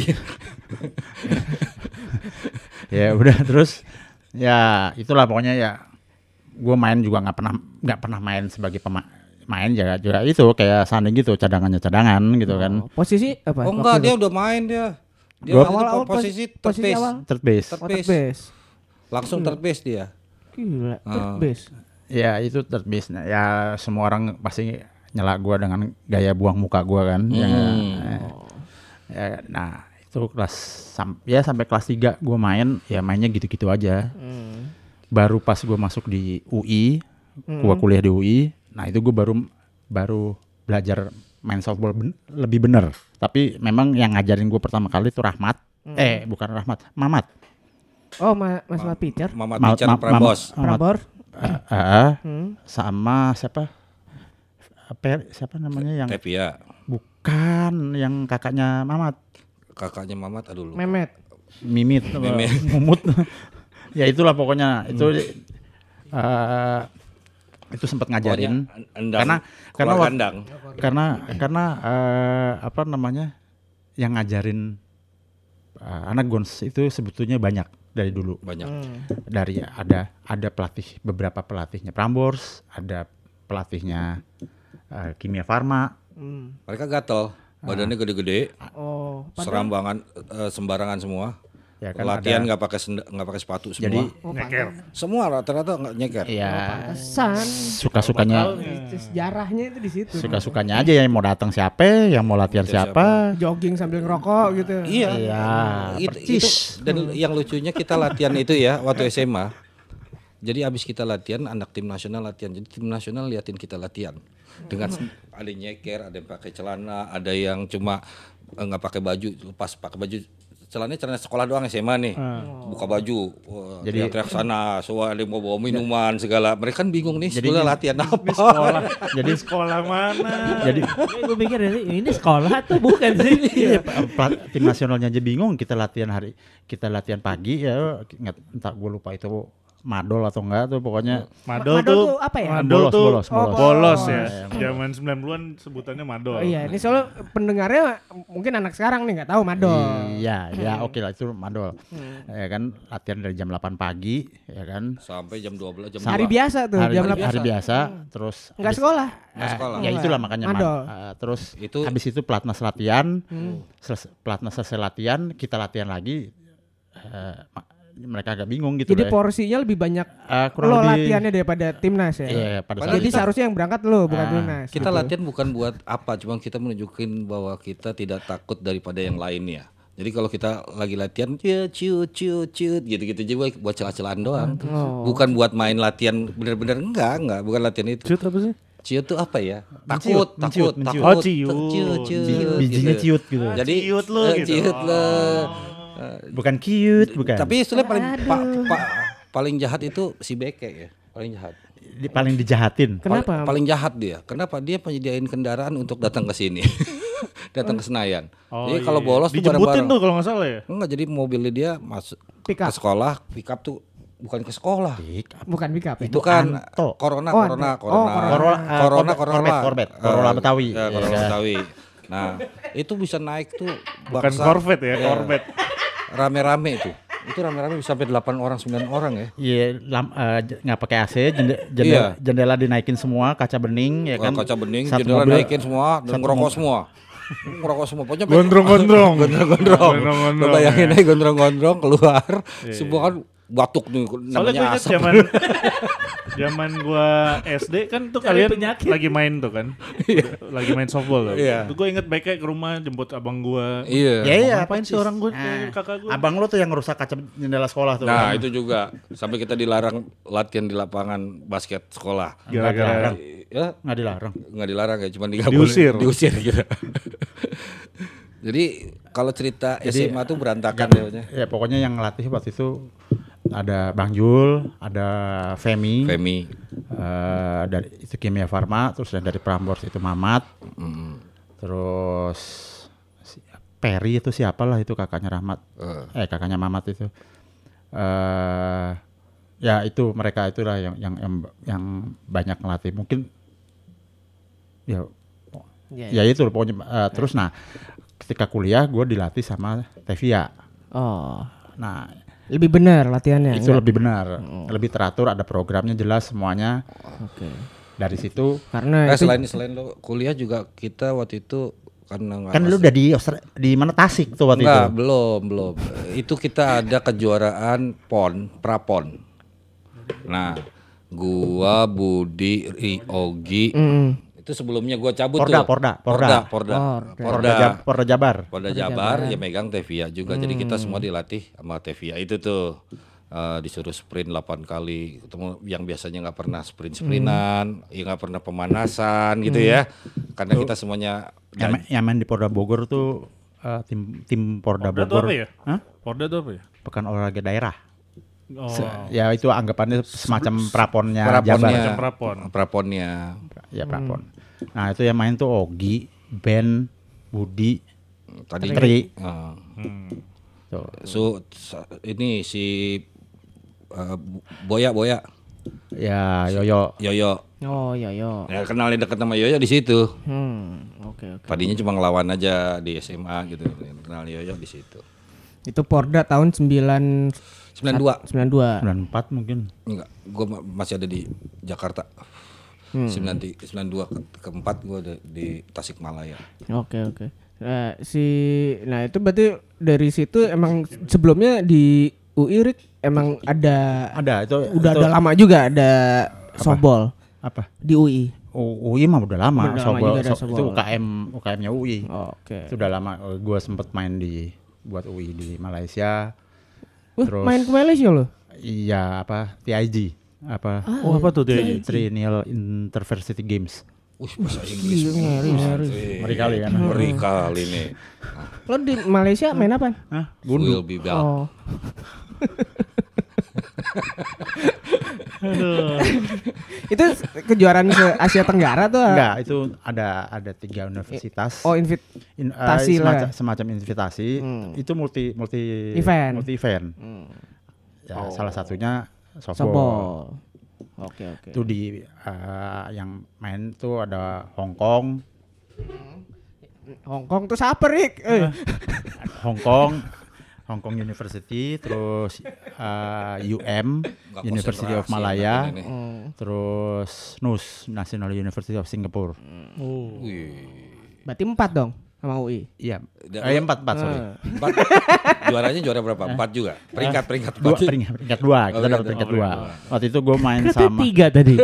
[SPEAKER 4] Ya udah terus ya itulah pokoknya ya gue main juga nggak pernah nggak pernah main sebagai pemain main juga juga itu kayak sanding gitu cadangannya cadangan gitu kan.
[SPEAKER 3] Oh, posisi apa?
[SPEAKER 2] Oh enggak,
[SPEAKER 3] Waktu
[SPEAKER 2] dia
[SPEAKER 3] itu?
[SPEAKER 2] udah main dia. Dia
[SPEAKER 4] Gua-
[SPEAKER 2] waktu itu
[SPEAKER 3] Awal-awal
[SPEAKER 2] posisi
[SPEAKER 3] posi-
[SPEAKER 2] third
[SPEAKER 3] posisi
[SPEAKER 2] base.
[SPEAKER 3] awal.
[SPEAKER 4] Third base.
[SPEAKER 2] Third
[SPEAKER 3] Oh, third
[SPEAKER 2] base.
[SPEAKER 3] base.
[SPEAKER 2] Langsung third base dia.
[SPEAKER 3] Gila, third
[SPEAKER 2] Ah.
[SPEAKER 3] base.
[SPEAKER 4] Ya itu third base. Nah, ya semua orang pasti nyela gue dengan gaya buang muka gue kan. Ya, eh, ya, nah itu kelas sam- ya sampai kelas tiga gue main ya mainnya gitu-gitu aja.
[SPEAKER 3] Hmm.
[SPEAKER 4] Baru pas gue masuk di U I, gue kuliah di U I, nah itu gue baru baru belajar main softball ben- lebih bener. Tapi memang yang ngajarin gue pertama kali itu Rahmat, eh bukan Rahmat, Mamat.
[SPEAKER 3] Oh, ma Mas Ma pitcher.
[SPEAKER 2] Mamat
[SPEAKER 4] Ma-
[SPEAKER 2] Pican
[SPEAKER 4] Ma-
[SPEAKER 2] Prambos.
[SPEAKER 4] Mamat.
[SPEAKER 3] Prabor.
[SPEAKER 4] Eh, eh,
[SPEAKER 3] Hmm.
[SPEAKER 4] sama siapa? Apa siapa namanya yang
[SPEAKER 2] Tevia.
[SPEAKER 4] bukan yang kakaknya Mamat,
[SPEAKER 2] Kakaknya Mamat, aduh lupa.
[SPEAKER 3] Memet.
[SPEAKER 4] Mimit,
[SPEAKER 2] Mimit.
[SPEAKER 4] Mumut. Ya itulah pokoknya itu eh, itu sempat ngajarin.
[SPEAKER 2] Pokoknya endang,
[SPEAKER 4] Karena karena
[SPEAKER 2] keluar
[SPEAKER 4] wak-
[SPEAKER 2] kandang.
[SPEAKER 4] karena karena eh, apa namanya yang ngajarin eh, anak Gons itu sebetulnya banyak dari dulu.
[SPEAKER 2] Banyak.
[SPEAKER 3] Hmm.
[SPEAKER 4] Dari ada ada pelatih beberapa pelatihnya Prambors, ada pelatihnya eh, Kimia Farma.
[SPEAKER 3] Hmm.
[SPEAKER 2] Mereka gatel, badannya gede-gede,
[SPEAKER 3] Oh, padahal-
[SPEAKER 2] serambangan eh, sembarangan semua.
[SPEAKER 4] Ya kan
[SPEAKER 2] Latihan
[SPEAKER 4] ada-
[SPEAKER 2] nggak pakai senda- nggak pakai sepatu semua.
[SPEAKER 4] Jadi
[SPEAKER 3] Oh,
[SPEAKER 1] Nyeker.
[SPEAKER 2] semua rata-rata nggak nyeker.
[SPEAKER 4] ya
[SPEAKER 3] pantesan.
[SPEAKER 4] suka-sukanya
[SPEAKER 3] Sejarahnya itu di situ.
[SPEAKER 4] suka-sukanya aja yang mau datang siapa, yang mau latihan
[SPEAKER 2] Itu
[SPEAKER 4] siapa.
[SPEAKER 3] Jogging sambil ngerokok gitu.
[SPEAKER 2] Iya.
[SPEAKER 4] Iya,
[SPEAKER 2] Itu,
[SPEAKER 4] percis.
[SPEAKER 2] itu dan yang lucunya kita latihan itu ya waktu S M A. Jadi abis kita latihan, anak tim nasional latihan. Jadi tim nasional liatin kita latihan. Dengan
[SPEAKER 3] Hmm.
[SPEAKER 2] ada yang nyeker, ada yang pakai celana, ada yang cuma eh, nggak pakai baju, lepas pakai baju. Celananya celana sekolah doang S M A nih. Buka baju, wah,
[SPEAKER 4] Jadi-
[SPEAKER 2] teriak-teriak sana, semua ada yang mau bawa minuman segala. Mereka kan bingung nih,
[SPEAKER 4] Jadi
[SPEAKER 2] sekolah
[SPEAKER 4] ini-
[SPEAKER 2] latihan apa?
[SPEAKER 4] Jadi
[SPEAKER 1] Sekolah mana?
[SPEAKER 4] jadi
[SPEAKER 5] Gue pikir ini ini sekolah atau bukan sih?
[SPEAKER 4] iya, pla- tim nasionalnya aja bingung kita latihan hari kita latihan pagi ya nggak entah gue lupa itu madol atau enggak tuh pokoknya
[SPEAKER 1] Madol,
[SPEAKER 3] Madol
[SPEAKER 1] tuh,
[SPEAKER 3] tuh apa ya?
[SPEAKER 1] Madol
[SPEAKER 4] Bolos,
[SPEAKER 1] tuh
[SPEAKER 4] bolos,
[SPEAKER 3] bolos.
[SPEAKER 1] bolos
[SPEAKER 3] Oh,
[SPEAKER 1] ya.
[SPEAKER 4] iya.
[SPEAKER 1] Zaman sembilan puluhan sebutannya madol.
[SPEAKER 3] Oh iya, ini soalnya pendengarnya mungkin anak sekarang nih nggak tahu madol.
[SPEAKER 4] iya ya oke lah itu madol ya kan latihan dari jam delapan pagi ya kan
[SPEAKER 2] Sampai jam dua belas jam
[SPEAKER 3] Hari
[SPEAKER 2] dua.
[SPEAKER 3] biasa tuh,
[SPEAKER 4] hari,
[SPEAKER 3] jam
[SPEAKER 4] hari,
[SPEAKER 3] delapan.
[SPEAKER 4] hari biasa terus
[SPEAKER 3] Nggak
[SPEAKER 4] habis-
[SPEAKER 3] sekolah.
[SPEAKER 2] Nggak
[SPEAKER 4] eh,
[SPEAKER 2] sekolah.
[SPEAKER 4] ya itulah makanya mad-
[SPEAKER 3] Madol.
[SPEAKER 4] eh, terus
[SPEAKER 2] Itu-
[SPEAKER 4] habis itu pelatnas latihan seles- pelatnas selesai latihan kita latihan lagi eh, ma- mereka agak bingung gitu
[SPEAKER 3] Jadi
[SPEAKER 4] deh.
[SPEAKER 3] porsinya lebih banyak
[SPEAKER 4] Eh, kurang
[SPEAKER 3] lo
[SPEAKER 4] lebih-
[SPEAKER 3] latihannya daripada timnas ya.
[SPEAKER 4] iya pada
[SPEAKER 2] Padahal
[SPEAKER 4] saat
[SPEAKER 3] Jadi
[SPEAKER 4] itu.
[SPEAKER 3] seharusnya yang berangkat lo bukan
[SPEAKER 4] Ah,
[SPEAKER 3] timnas.
[SPEAKER 2] Kita
[SPEAKER 3] gitu.
[SPEAKER 2] latihan bukan buat apa, cuma kita menunjukin bahwa kita tidak takut daripada yang lainnya. Jadi kalau kita lagi latihan, ya ciut ciut ciut gitu-gitu aja buat- buat celah-celahan doang.
[SPEAKER 3] Oh.
[SPEAKER 2] Bukan buat main latihan bener-bener enggak, enggak, bukan latihan itu.
[SPEAKER 1] Ciut apa sih?
[SPEAKER 2] Ciut tuh apa ya?
[SPEAKER 4] Menciut,
[SPEAKER 2] Takut,
[SPEAKER 4] menciut,
[SPEAKER 2] takut,
[SPEAKER 4] menciut.
[SPEAKER 2] takut.
[SPEAKER 1] Oh, ciut.
[SPEAKER 2] ciut, ciut,
[SPEAKER 4] Bi- bijinya
[SPEAKER 2] gitu.
[SPEAKER 4] ciut gitu.
[SPEAKER 2] Jadi
[SPEAKER 1] Ciut lu
[SPEAKER 2] eh,
[SPEAKER 1] gitu.
[SPEAKER 2] Ciut lu.
[SPEAKER 4] Bukan cute, bukan.
[SPEAKER 2] Tapi istilahnya paling pa- pa- paling jahat itu si Beke ya, paling jahat.
[SPEAKER 4] Di- paling dijahatin.
[SPEAKER 3] Kenapa?
[SPEAKER 2] Paling, paling jahat dia. Kenapa? Dia penyediain kendaraan untuk datang ke sini. datang ke Senayan.
[SPEAKER 1] Oh,
[SPEAKER 2] jadi
[SPEAKER 1] iya.
[SPEAKER 2] kalau bolos tuh
[SPEAKER 1] dijemputin
[SPEAKER 2] bareng-bareng.
[SPEAKER 1] tuh kalau nggak salah ya.
[SPEAKER 2] Enggak, jadi mobilnya dia masuk
[SPEAKER 3] Pick
[SPEAKER 2] ke
[SPEAKER 3] up.
[SPEAKER 2] sekolah, pick up tuh bukan ke sekolah.
[SPEAKER 3] Bukan pick up ya.
[SPEAKER 2] Itu kan
[SPEAKER 4] Anto.
[SPEAKER 2] corona,
[SPEAKER 3] Oh,
[SPEAKER 2] corona,
[SPEAKER 3] Anto.
[SPEAKER 2] corona,
[SPEAKER 3] Oh, corona.
[SPEAKER 4] Corolla, eh,
[SPEAKER 2] corona,
[SPEAKER 4] Corvette,
[SPEAKER 2] corona,
[SPEAKER 4] Corvette,
[SPEAKER 2] Eh,
[SPEAKER 4] Corolla Betawi.
[SPEAKER 2] ya, Corolla
[SPEAKER 4] Iya.
[SPEAKER 2] Betawi. Nah, itu bisa naik tuh
[SPEAKER 1] Bukan
[SPEAKER 2] baksa,
[SPEAKER 1] Corvette ya,
[SPEAKER 2] eh,
[SPEAKER 1] Corvette.
[SPEAKER 2] rame-rame itu. Itu rame-rame bisa sampai delapan orang, sembilan orang ya.
[SPEAKER 4] Iya, lam- eh, j- nggak pakai A C, jende- jendela,
[SPEAKER 2] Iya.
[SPEAKER 4] jendela dinaikin semua, kaca bening, ya kan.
[SPEAKER 2] Kaca bening,
[SPEAKER 4] Satu
[SPEAKER 2] jendela
[SPEAKER 4] mobil-
[SPEAKER 2] naikin semua dan
[SPEAKER 4] satu
[SPEAKER 2] ngerokok
[SPEAKER 4] mobil-
[SPEAKER 2] semua. Ngerokok semua. Pokoknya
[SPEAKER 1] Gondrong-gondrong.
[SPEAKER 2] gondrong-gondrong.
[SPEAKER 1] Gondrong-gondrong,
[SPEAKER 2] Lo bayangin
[SPEAKER 1] ya.
[SPEAKER 2] aja gondrong-gondrong keluar, semua kan batuk nih
[SPEAKER 1] Soalnya gue
[SPEAKER 2] namanya
[SPEAKER 1] ingat
[SPEAKER 2] asap.
[SPEAKER 1] zaman Zaman gua S D kan tuh
[SPEAKER 5] Cari
[SPEAKER 1] kalian
[SPEAKER 5] penyakit.
[SPEAKER 1] lagi main tuh kan. Lagi main softball tuh.
[SPEAKER 2] Iya.
[SPEAKER 1] Tuh gua inget baiknya ke rumah jemput abang gua.
[SPEAKER 2] Iya.
[SPEAKER 4] Ya iya,
[SPEAKER 1] Ngapain sih
[SPEAKER 4] persis.
[SPEAKER 1] orang gua,
[SPEAKER 4] Nah,
[SPEAKER 1] kakak gua?
[SPEAKER 4] Abang lu tuh yang ngerusak kaca jendela sekolah tuh.
[SPEAKER 2] Nah
[SPEAKER 4] kan?
[SPEAKER 2] itu juga sampai kita dilarang latihan di lapangan basket sekolah.
[SPEAKER 1] Gara-gara
[SPEAKER 2] Ya
[SPEAKER 4] nggak dilarang.
[SPEAKER 2] nggak dilarang ya, cuma digabung,
[SPEAKER 1] Diusir.
[SPEAKER 2] diusir gitu. Jadi kalau cerita
[SPEAKER 4] Jadi,
[SPEAKER 2] S M A tuh berantakan ya.
[SPEAKER 4] Ya pokoknya yang ngelatih waktu itu ada Bang Jul, ada Femi,
[SPEAKER 2] Femi.
[SPEAKER 4] eh, dari itu Kimia Farma, terus yang dari Prambors itu Mamat,
[SPEAKER 2] Mm.
[SPEAKER 4] terus si- Peri itu siapalah itu kakaknya Rahmat,
[SPEAKER 2] Eh.
[SPEAKER 4] eh kakaknya Mamat itu, eh ya itu mereka itulah yang yang yang, yang banyak ngelatih mungkin, ya
[SPEAKER 3] Ya,
[SPEAKER 4] ya itu pokoknya eh, terus nah ketika kuliah gue dilatih sama Tevia,
[SPEAKER 3] Oh,
[SPEAKER 4] nah
[SPEAKER 3] lebih benar latihannya.
[SPEAKER 4] itu
[SPEAKER 3] enggak?
[SPEAKER 4] lebih benar, lebih teratur, ada programnya jelas semuanya.
[SPEAKER 3] Oke.
[SPEAKER 4] Dari situ
[SPEAKER 3] Karena
[SPEAKER 2] Eh,
[SPEAKER 3] itu
[SPEAKER 2] selain selain lo kuliah juga kita waktu itu karena nggak
[SPEAKER 4] kan lu
[SPEAKER 2] masuk-
[SPEAKER 4] udah di Austra- di mana Tasik tuh waktu
[SPEAKER 2] Enggak,
[SPEAKER 4] itu.
[SPEAKER 2] belum, belum. Itu kita ada kejuaraan pon, prapon. Nah, gua Budi, Ri, Ogi,
[SPEAKER 3] Mm.
[SPEAKER 2] itu sebelumnya gua cabut
[SPEAKER 4] Porda,
[SPEAKER 2] tuh.
[SPEAKER 4] Porda,
[SPEAKER 2] Porda,
[SPEAKER 4] Porda.
[SPEAKER 2] Porda,
[SPEAKER 3] Porda.
[SPEAKER 4] Porda, Jab- Porda Jabar.
[SPEAKER 2] Porda Jabar, ya megang Tevia juga. Jadi kita semua dilatih sama Tevia itu tuh. Eh, disuruh sprint delapan kali, ketemu yang biasanya nggak pernah sprint-sprintan, yang nggak pernah pemanasan gitu ya. Karena kita semuanya
[SPEAKER 4] Yang, ma- yang main di Porda Bogor tuh eh, tim tim Porda,
[SPEAKER 1] Porda tuh
[SPEAKER 4] Bogor.
[SPEAKER 1] apa ya?
[SPEAKER 4] Hah?
[SPEAKER 1] Porda tuh apa ya?
[SPEAKER 4] Pekan olahraga daerah.
[SPEAKER 1] Oh,
[SPEAKER 4] Se- Ya itu anggapannya semacam praponnya
[SPEAKER 2] praponnya,
[SPEAKER 4] Jabar.
[SPEAKER 1] Macam prapon.
[SPEAKER 2] praponnya.
[SPEAKER 4] Ya prapon. Nah itu yang main tuh Ogi, Ben, Budi,
[SPEAKER 2] Tadi
[SPEAKER 4] Tri.
[SPEAKER 2] eh,
[SPEAKER 4] Tuh.
[SPEAKER 2] So sa- ini si uh, Boya Boya
[SPEAKER 4] Ya Yoyo.
[SPEAKER 2] Yoyo.
[SPEAKER 3] Oh, iya, yo.
[SPEAKER 2] Ya kenalin deket sama Yoyo di situ.
[SPEAKER 3] Hmm, oke oke.
[SPEAKER 2] Tadinya cuma ngelawan aja di S M A gitu. Kenal Yoyo di situ.
[SPEAKER 3] Itu Porda tahun sembilan
[SPEAKER 2] sembilan dua.
[SPEAKER 3] sembilan dua.
[SPEAKER 4] sembilan empat mungkin.
[SPEAKER 2] Enggak, gua ma- masih ada di Jakarta. sembilan tiga sembilan dua ke, keempat gua ada di Tasikmalaya.
[SPEAKER 3] Oke oke. Nah, si nah itu berarti dari situ emang sebelumnya di U I Rik emang ada
[SPEAKER 4] Ada itu
[SPEAKER 3] udah
[SPEAKER 4] itu
[SPEAKER 3] ada lama juga ada softball
[SPEAKER 4] apa?
[SPEAKER 3] di U I.
[SPEAKER 4] U- UI mah udah lama,
[SPEAKER 3] Udah lama
[SPEAKER 4] softball,
[SPEAKER 3] juga ada
[SPEAKER 4] so- itu
[SPEAKER 3] softball.
[SPEAKER 4] U K M U K M-nya U I.
[SPEAKER 3] Oke.
[SPEAKER 4] Itu udah lama. Gue sempet main di buat U I di Malaysia.
[SPEAKER 3] Wah,
[SPEAKER 4] Terus-
[SPEAKER 3] main ke Malaysia loh.
[SPEAKER 4] Iya apa T I G apa
[SPEAKER 1] Oh, apa tuh dia?
[SPEAKER 4] Triennial Intervarsity Games.
[SPEAKER 2] Wih, bahasa Inggris.
[SPEAKER 3] Ngeri, ngeri.
[SPEAKER 2] Eh,
[SPEAKER 4] Ngeri kali kan?
[SPEAKER 2] Ngeri kali nih.
[SPEAKER 3] Lo di Malaysia main apa?
[SPEAKER 4] Hah?
[SPEAKER 2] Will be back.
[SPEAKER 3] Oh. Itu kejuaraan se Asia Tenggara tuh?
[SPEAKER 4] Enggak, itu ada ada tiga universitas.
[SPEAKER 3] Oh, invit.
[SPEAKER 4] In- eh,
[SPEAKER 3] invitasi lah.
[SPEAKER 4] semacam, semacam invitasi.
[SPEAKER 3] Hmm.
[SPEAKER 4] Itu multi multi
[SPEAKER 3] Event.
[SPEAKER 4] multi event.
[SPEAKER 3] Hmm.
[SPEAKER 4] Ya, salah satunya softball.
[SPEAKER 3] Softball. Oke oke.
[SPEAKER 4] Itu di eh, yang main tuh ada Hong Kong,
[SPEAKER 3] Hong Kong tuh siapa Rik? Eh.
[SPEAKER 4] Hong Kong, Hong Kong University, terus eh, U M,
[SPEAKER 2] Nggak
[SPEAKER 4] University of
[SPEAKER 2] konsentrasi
[SPEAKER 4] Malaya,
[SPEAKER 2] anak ini nih.
[SPEAKER 3] Hmm.
[SPEAKER 4] terus N U S, National University of Singapore.
[SPEAKER 1] Oh.
[SPEAKER 2] Wih.
[SPEAKER 3] Berarti empat dong sama U I.
[SPEAKER 4] Iya,
[SPEAKER 2] Da-
[SPEAKER 4] eh, empat empat sorry.
[SPEAKER 3] Ah.
[SPEAKER 2] Empat. Juaranya juara berapa? Empat juga. Peringkat peringkat
[SPEAKER 4] Dua,
[SPEAKER 2] empat.
[SPEAKER 4] peringkat, peringkat dua, kita
[SPEAKER 2] peringkat
[SPEAKER 4] dapat peringkat
[SPEAKER 1] dua.
[SPEAKER 4] dua. Waktu itu gue main
[SPEAKER 5] Berarti
[SPEAKER 4] sama,
[SPEAKER 5] tiga tadi.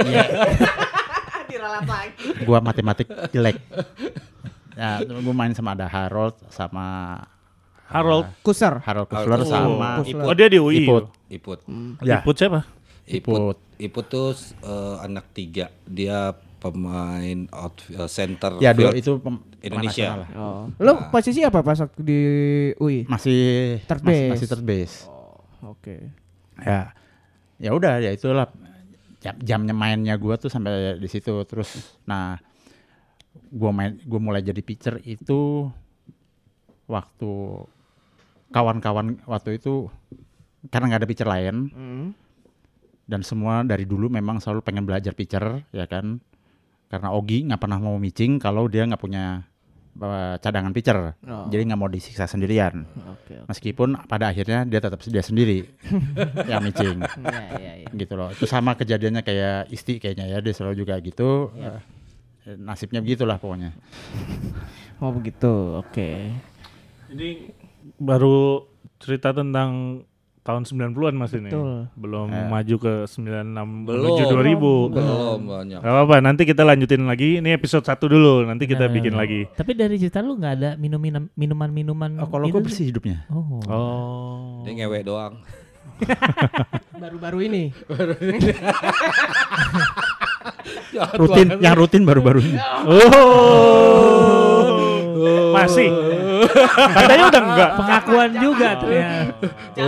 [SPEAKER 3] Diralat lagi.
[SPEAKER 4] gue matematik jelek. Ya, gue main sama ada Harold, sama
[SPEAKER 1] Harold.
[SPEAKER 3] Kuser.
[SPEAKER 4] Harold Kusler,
[SPEAKER 2] Oh,
[SPEAKER 4] sama
[SPEAKER 3] Kusler.
[SPEAKER 1] Oh, dia di U I.
[SPEAKER 4] Iput.
[SPEAKER 2] Iput.
[SPEAKER 4] Ya,
[SPEAKER 1] Iput siapa?
[SPEAKER 2] Iput. Iput tuh eh, anak tiga. Dia pemain out eh, center
[SPEAKER 4] ya dua
[SPEAKER 2] field
[SPEAKER 4] itu pem-
[SPEAKER 2] Indonesia.
[SPEAKER 4] pemain nasional lah.
[SPEAKER 3] Oh. Lo posisi apa pas waktu di U I?
[SPEAKER 4] Masih
[SPEAKER 3] Third
[SPEAKER 4] masih,
[SPEAKER 3] base.
[SPEAKER 4] masih third base.
[SPEAKER 3] Oke.
[SPEAKER 4] Ya, ya udah ya itulah jam, jamnya mainnya gue tuh sampai di situ. Terus, nah, gue main, gue mulai jadi pitcher itu waktu kawan-kawan waktu itu karena nggak ada pitcher lain
[SPEAKER 3] Hmm.
[SPEAKER 4] dan semua dari dulu memang selalu pengen belajar pitcher ya kan, karena Ogi nggak pernah mau pitching kalau dia nggak punya uh, cadangan pitcher,
[SPEAKER 3] Oh.
[SPEAKER 4] jadi nggak mau disiksa sendirian.
[SPEAKER 3] Oke. oke.
[SPEAKER 4] Meskipun pada akhirnya dia tetap dia sendiri yang pitching.
[SPEAKER 3] Iya iya iya.
[SPEAKER 4] Gitu loh. Itu sama kejadiannya kayak Isti kayaknya ya, dia selalu juga gitu. Eh, nasibnya begitulah pokoknya.
[SPEAKER 3] Oh begitu. Oke.
[SPEAKER 1] Ini baru cerita tentang tahun sembilan puluhan masih nih.
[SPEAKER 5] Betul.
[SPEAKER 1] Belum maju ke sembilan puluh enam
[SPEAKER 2] Belum.
[SPEAKER 1] menuju dua ribu.
[SPEAKER 2] Belum banyak.
[SPEAKER 1] Gak apa-apa, nanti kita lanjutin lagi. Ini episode satu dulu, nanti kita
[SPEAKER 5] Benar,
[SPEAKER 1] bikin
[SPEAKER 5] benar.
[SPEAKER 1] lagi.
[SPEAKER 5] Tapi dari cerita lu nggak ada minum minuman-minuman.
[SPEAKER 4] Oh, kalau
[SPEAKER 5] itu
[SPEAKER 4] gue bersih hidupnya.
[SPEAKER 5] Oh.
[SPEAKER 1] Oh.
[SPEAKER 2] Dia ngewe doang.
[SPEAKER 3] Baru-baru ini.
[SPEAKER 4] Rutin, yang rutin baru-baru ini.
[SPEAKER 1] Oh. Masih. Katanya udah enggak.
[SPEAKER 5] Pengakuan juga ternyata.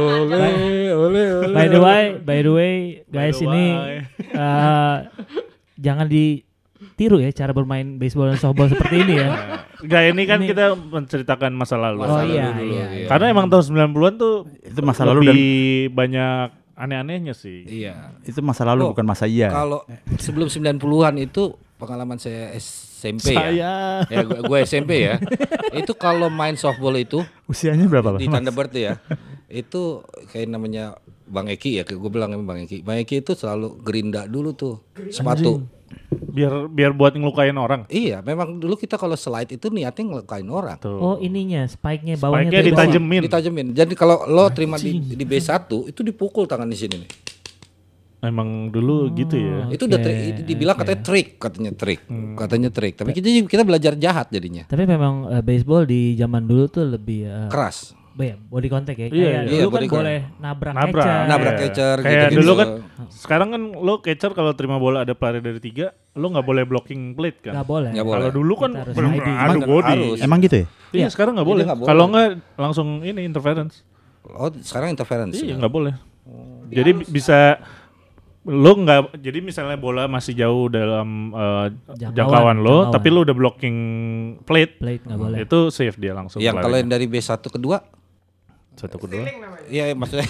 [SPEAKER 2] Oleh, oleh, oleh.
[SPEAKER 5] By the way, by the way, guys
[SPEAKER 1] the
[SPEAKER 5] ini
[SPEAKER 1] way.
[SPEAKER 5] eh, jangan ditiru ya cara bermain baseball dan softball seperti ini ya.
[SPEAKER 1] Enggak, ini kan
[SPEAKER 5] Ini-
[SPEAKER 1] kita menceritakan masa lalu.
[SPEAKER 5] Oh
[SPEAKER 2] Masa lalu
[SPEAKER 5] iya,
[SPEAKER 2] dulu,
[SPEAKER 5] iya.
[SPEAKER 2] iya.
[SPEAKER 1] Karena emang tahun sembilan puluhan tuh
[SPEAKER 4] Itu masa lalu dan
[SPEAKER 1] lebih banyak aneh-anehnya sih.
[SPEAKER 2] Iya.
[SPEAKER 4] itu masa lalu
[SPEAKER 2] Oh,
[SPEAKER 4] bukan masa iya.
[SPEAKER 2] Kalau sebelum sembilan puluhan itu pengalaman saya S M P ya.
[SPEAKER 1] Saya
[SPEAKER 2] Ya gue, gue S M P ya. Itu kalau main softball itu
[SPEAKER 4] Usianya berapa, Pak?
[SPEAKER 2] di Thunderbird tuh ya. Itu kayak namanya Bang Eki ya, gue bilang emang Bang Eki. Bang Eki itu selalu gerinda dulu tuh sepatu.
[SPEAKER 1] biar biar buat ngelukain orang.
[SPEAKER 2] Iya, memang dulu kita kalau slide itu niatnya ngelukain orang.
[SPEAKER 1] Tuh.
[SPEAKER 5] Oh ininya, spike-nya bawahnya
[SPEAKER 1] Spike-nya
[SPEAKER 5] tuh di bawah.
[SPEAKER 1] ditajemin.
[SPEAKER 2] Ditajemin. Jadi kalau lo terima di, di B satu itu dipukul tangan di sini nih.
[SPEAKER 1] Emang dulu gitu ya.
[SPEAKER 2] Itu udah
[SPEAKER 5] Oke,
[SPEAKER 2] tri- itu dibilang
[SPEAKER 5] oke.
[SPEAKER 2] katanya trik, katanya trik. Katanya trik. Tapi kita kita belajar jahat jadinya.
[SPEAKER 5] Tapi memang eh, baseball di zaman dulu tuh lebih eh,
[SPEAKER 2] Keras.
[SPEAKER 5] ya, body contact ya.
[SPEAKER 1] Iya,
[SPEAKER 5] Kayak
[SPEAKER 1] iya.
[SPEAKER 5] dulu
[SPEAKER 2] Iya,
[SPEAKER 5] kan
[SPEAKER 2] body contact.
[SPEAKER 5] boleh nabrak,
[SPEAKER 1] Nabrak.
[SPEAKER 5] catcher.
[SPEAKER 2] Nabrak
[SPEAKER 1] Iya.
[SPEAKER 2] catcher
[SPEAKER 1] Kayak
[SPEAKER 2] gitu-gitu.
[SPEAKER 1] dulu kan sekarang kan lo catcher kalau terima bola ada pelari dari tiga, lo nggak boleh blocking plate kan.
[SPEAKER 5] Nggak boleh.
[SPEAKER 2] Nggak boleh.
[SPEAKER 1] Kalau dulu kan
[SPEAKER 5] Kita harus
[SPEAKER 1] bener-bener
[SPEAKER 5] sliding.
[SPEAKER 1] adu body.
[SPEAKER 2] Harus.
[SPEAKER 4] Emang gitu ya?
[SPEAKER 1] Iya,
[SPEAKER 5] Iya.
[SPEAKER 1] sekarang nggak
[SPEAKER 2] Jadi
[SPEAKER 1] boleh.
[SPEAKER 2] nggak boleh.
[SPEAKER 1] Kalau nggak langsung ini interference.
[SPEAKER 2] Oh, sekarang interference.
[SPEAKER 1] Iya,
[SPEAKER 2] ya?
[SPEAKER 1] nggak boleh. Jadi bi- bisa lo nggak, jadi misalnya bola masih jauh dalam eh,
[SPEAKER 5] Jangkauan,
[SPEAKER 1] jangkauan lo,
[SPEAKER 5] jangkauan.
[SPEAKER 1] tapi lo udah blocking plate,
[SPEAKER 5] Plate nggak boleh.
[SPEAKER 1] itu safe dia langsung.
[SPEAKER 2] Yang kalau
[SPEAKER 1] pelarinya.
[SPEAKER 2] yang dari B satu kedua,
[SPEAKER 1] satu kedua.
[SPEAKER 2] iya maksudnya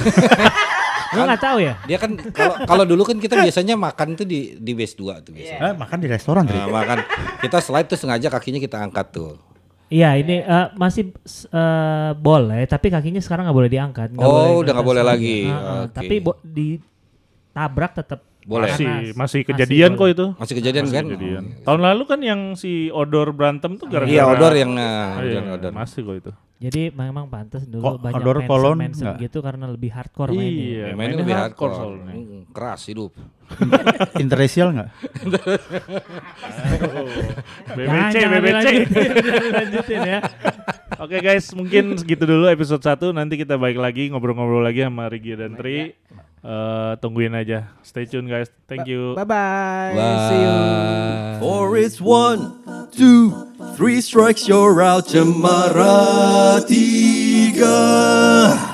[SPEAKER 5] Lo nggak tahu ya?
[SPEAKER 2] dia kan kalau kalau dulu kan kita biasanya makan tuh di di base dua tuh biasanya.
[SPEAKER 4] Eh, makan di restoran, Tri.
[SPEAKER 2] Nah, makan kita slide tuh sengaja kakinya kita angkat tuh.
[SPEAKER 5] Iya ini eh, masih eh, boleh, tapi kakinya sekarang nggak boleh diangkat. Nggak
[SPEAKER 2] Oh,
[SPEAKER 5] boleh
[SPEAKER 2] udah
[SPEAKER 5] ke
[SPEAKER 2] nggak
[SPEAKER 5] atas
[SPEAKER 2] boleh lagi.
[SPEAKER 5] Ah, ah.
[SPEAKER 2] Oke.
[SPEAKER 5] Tapi bo- ditabrak tetap
[SPEAKER 2] Boleh.
[SPEAKER 1] Masih,
[SPEAKER 5] panas.
[SPEAKER 1] masih kejadian kok
[SPEAKER 5] boleh.
[SPEAKER 1] itu.
[SPEAKER 2] Masih kejadian
[SPEAKER 1] Masih
[SPEAKER 2] kan?
[SPEAKER 1] kejadian. Tahun lalu kan yang si Odor berantem tuh gara-gara.
[SPEAKER 2] Iya, odor yang nah,
[SPEAKER 1] Iya,
[SPEAKER 2] odor, odor.
[SPEAKER 1] masih kok itu.
[SPEAKER 5] Jadi memang pantas dulu
[SPEAKER 4] Kok
[SPEAKER 5] banyak
[SPEAKER 4] Odor Kolon
[SPEAKER 5] mensem
[SPEAKER 4] nggak?
[SPEAKER 5] gitu karena lebih hardcore mainnya.
[SPEAKER 1] Iya,
[SPEAKER 2] Ya, mainnya
[SPEAKER 1] mainnya
[SPEAKER 2] lebih
[SPEAKER 1] hardcore
[SPEAKER 2] hardcore.
[SPEAKER 1] soalnya.
[SPEAKER 2] Hmm, keras hidup.
[SPEAKER 4] Interracial nggak?
[SPEAKER 1] B B
[SPEAKER 5] Jangan,
[SPEAKER 1] C,
[SPEAKER 5] jangan
[SPEAKER 1] B B C.
[SPEAKER 5] dilanjutin, jangan dilanjutin ya.
[SPEAKER 1] Oke guys, mungkin segitu dulu episode satu. Nanti kita balik lagi ngobrol-ngobrol lagi sama Rigi dan Tri. Eh, tungguin aja. Stay tune guys. Thank you.
[SPEAKER 3] Bye bye.
[SPEAKER 2] Bye.
[SPEAKER 3] See you.
[SPEAKER 6] For it's one, two, three strikes, you're out, Cemara tiga.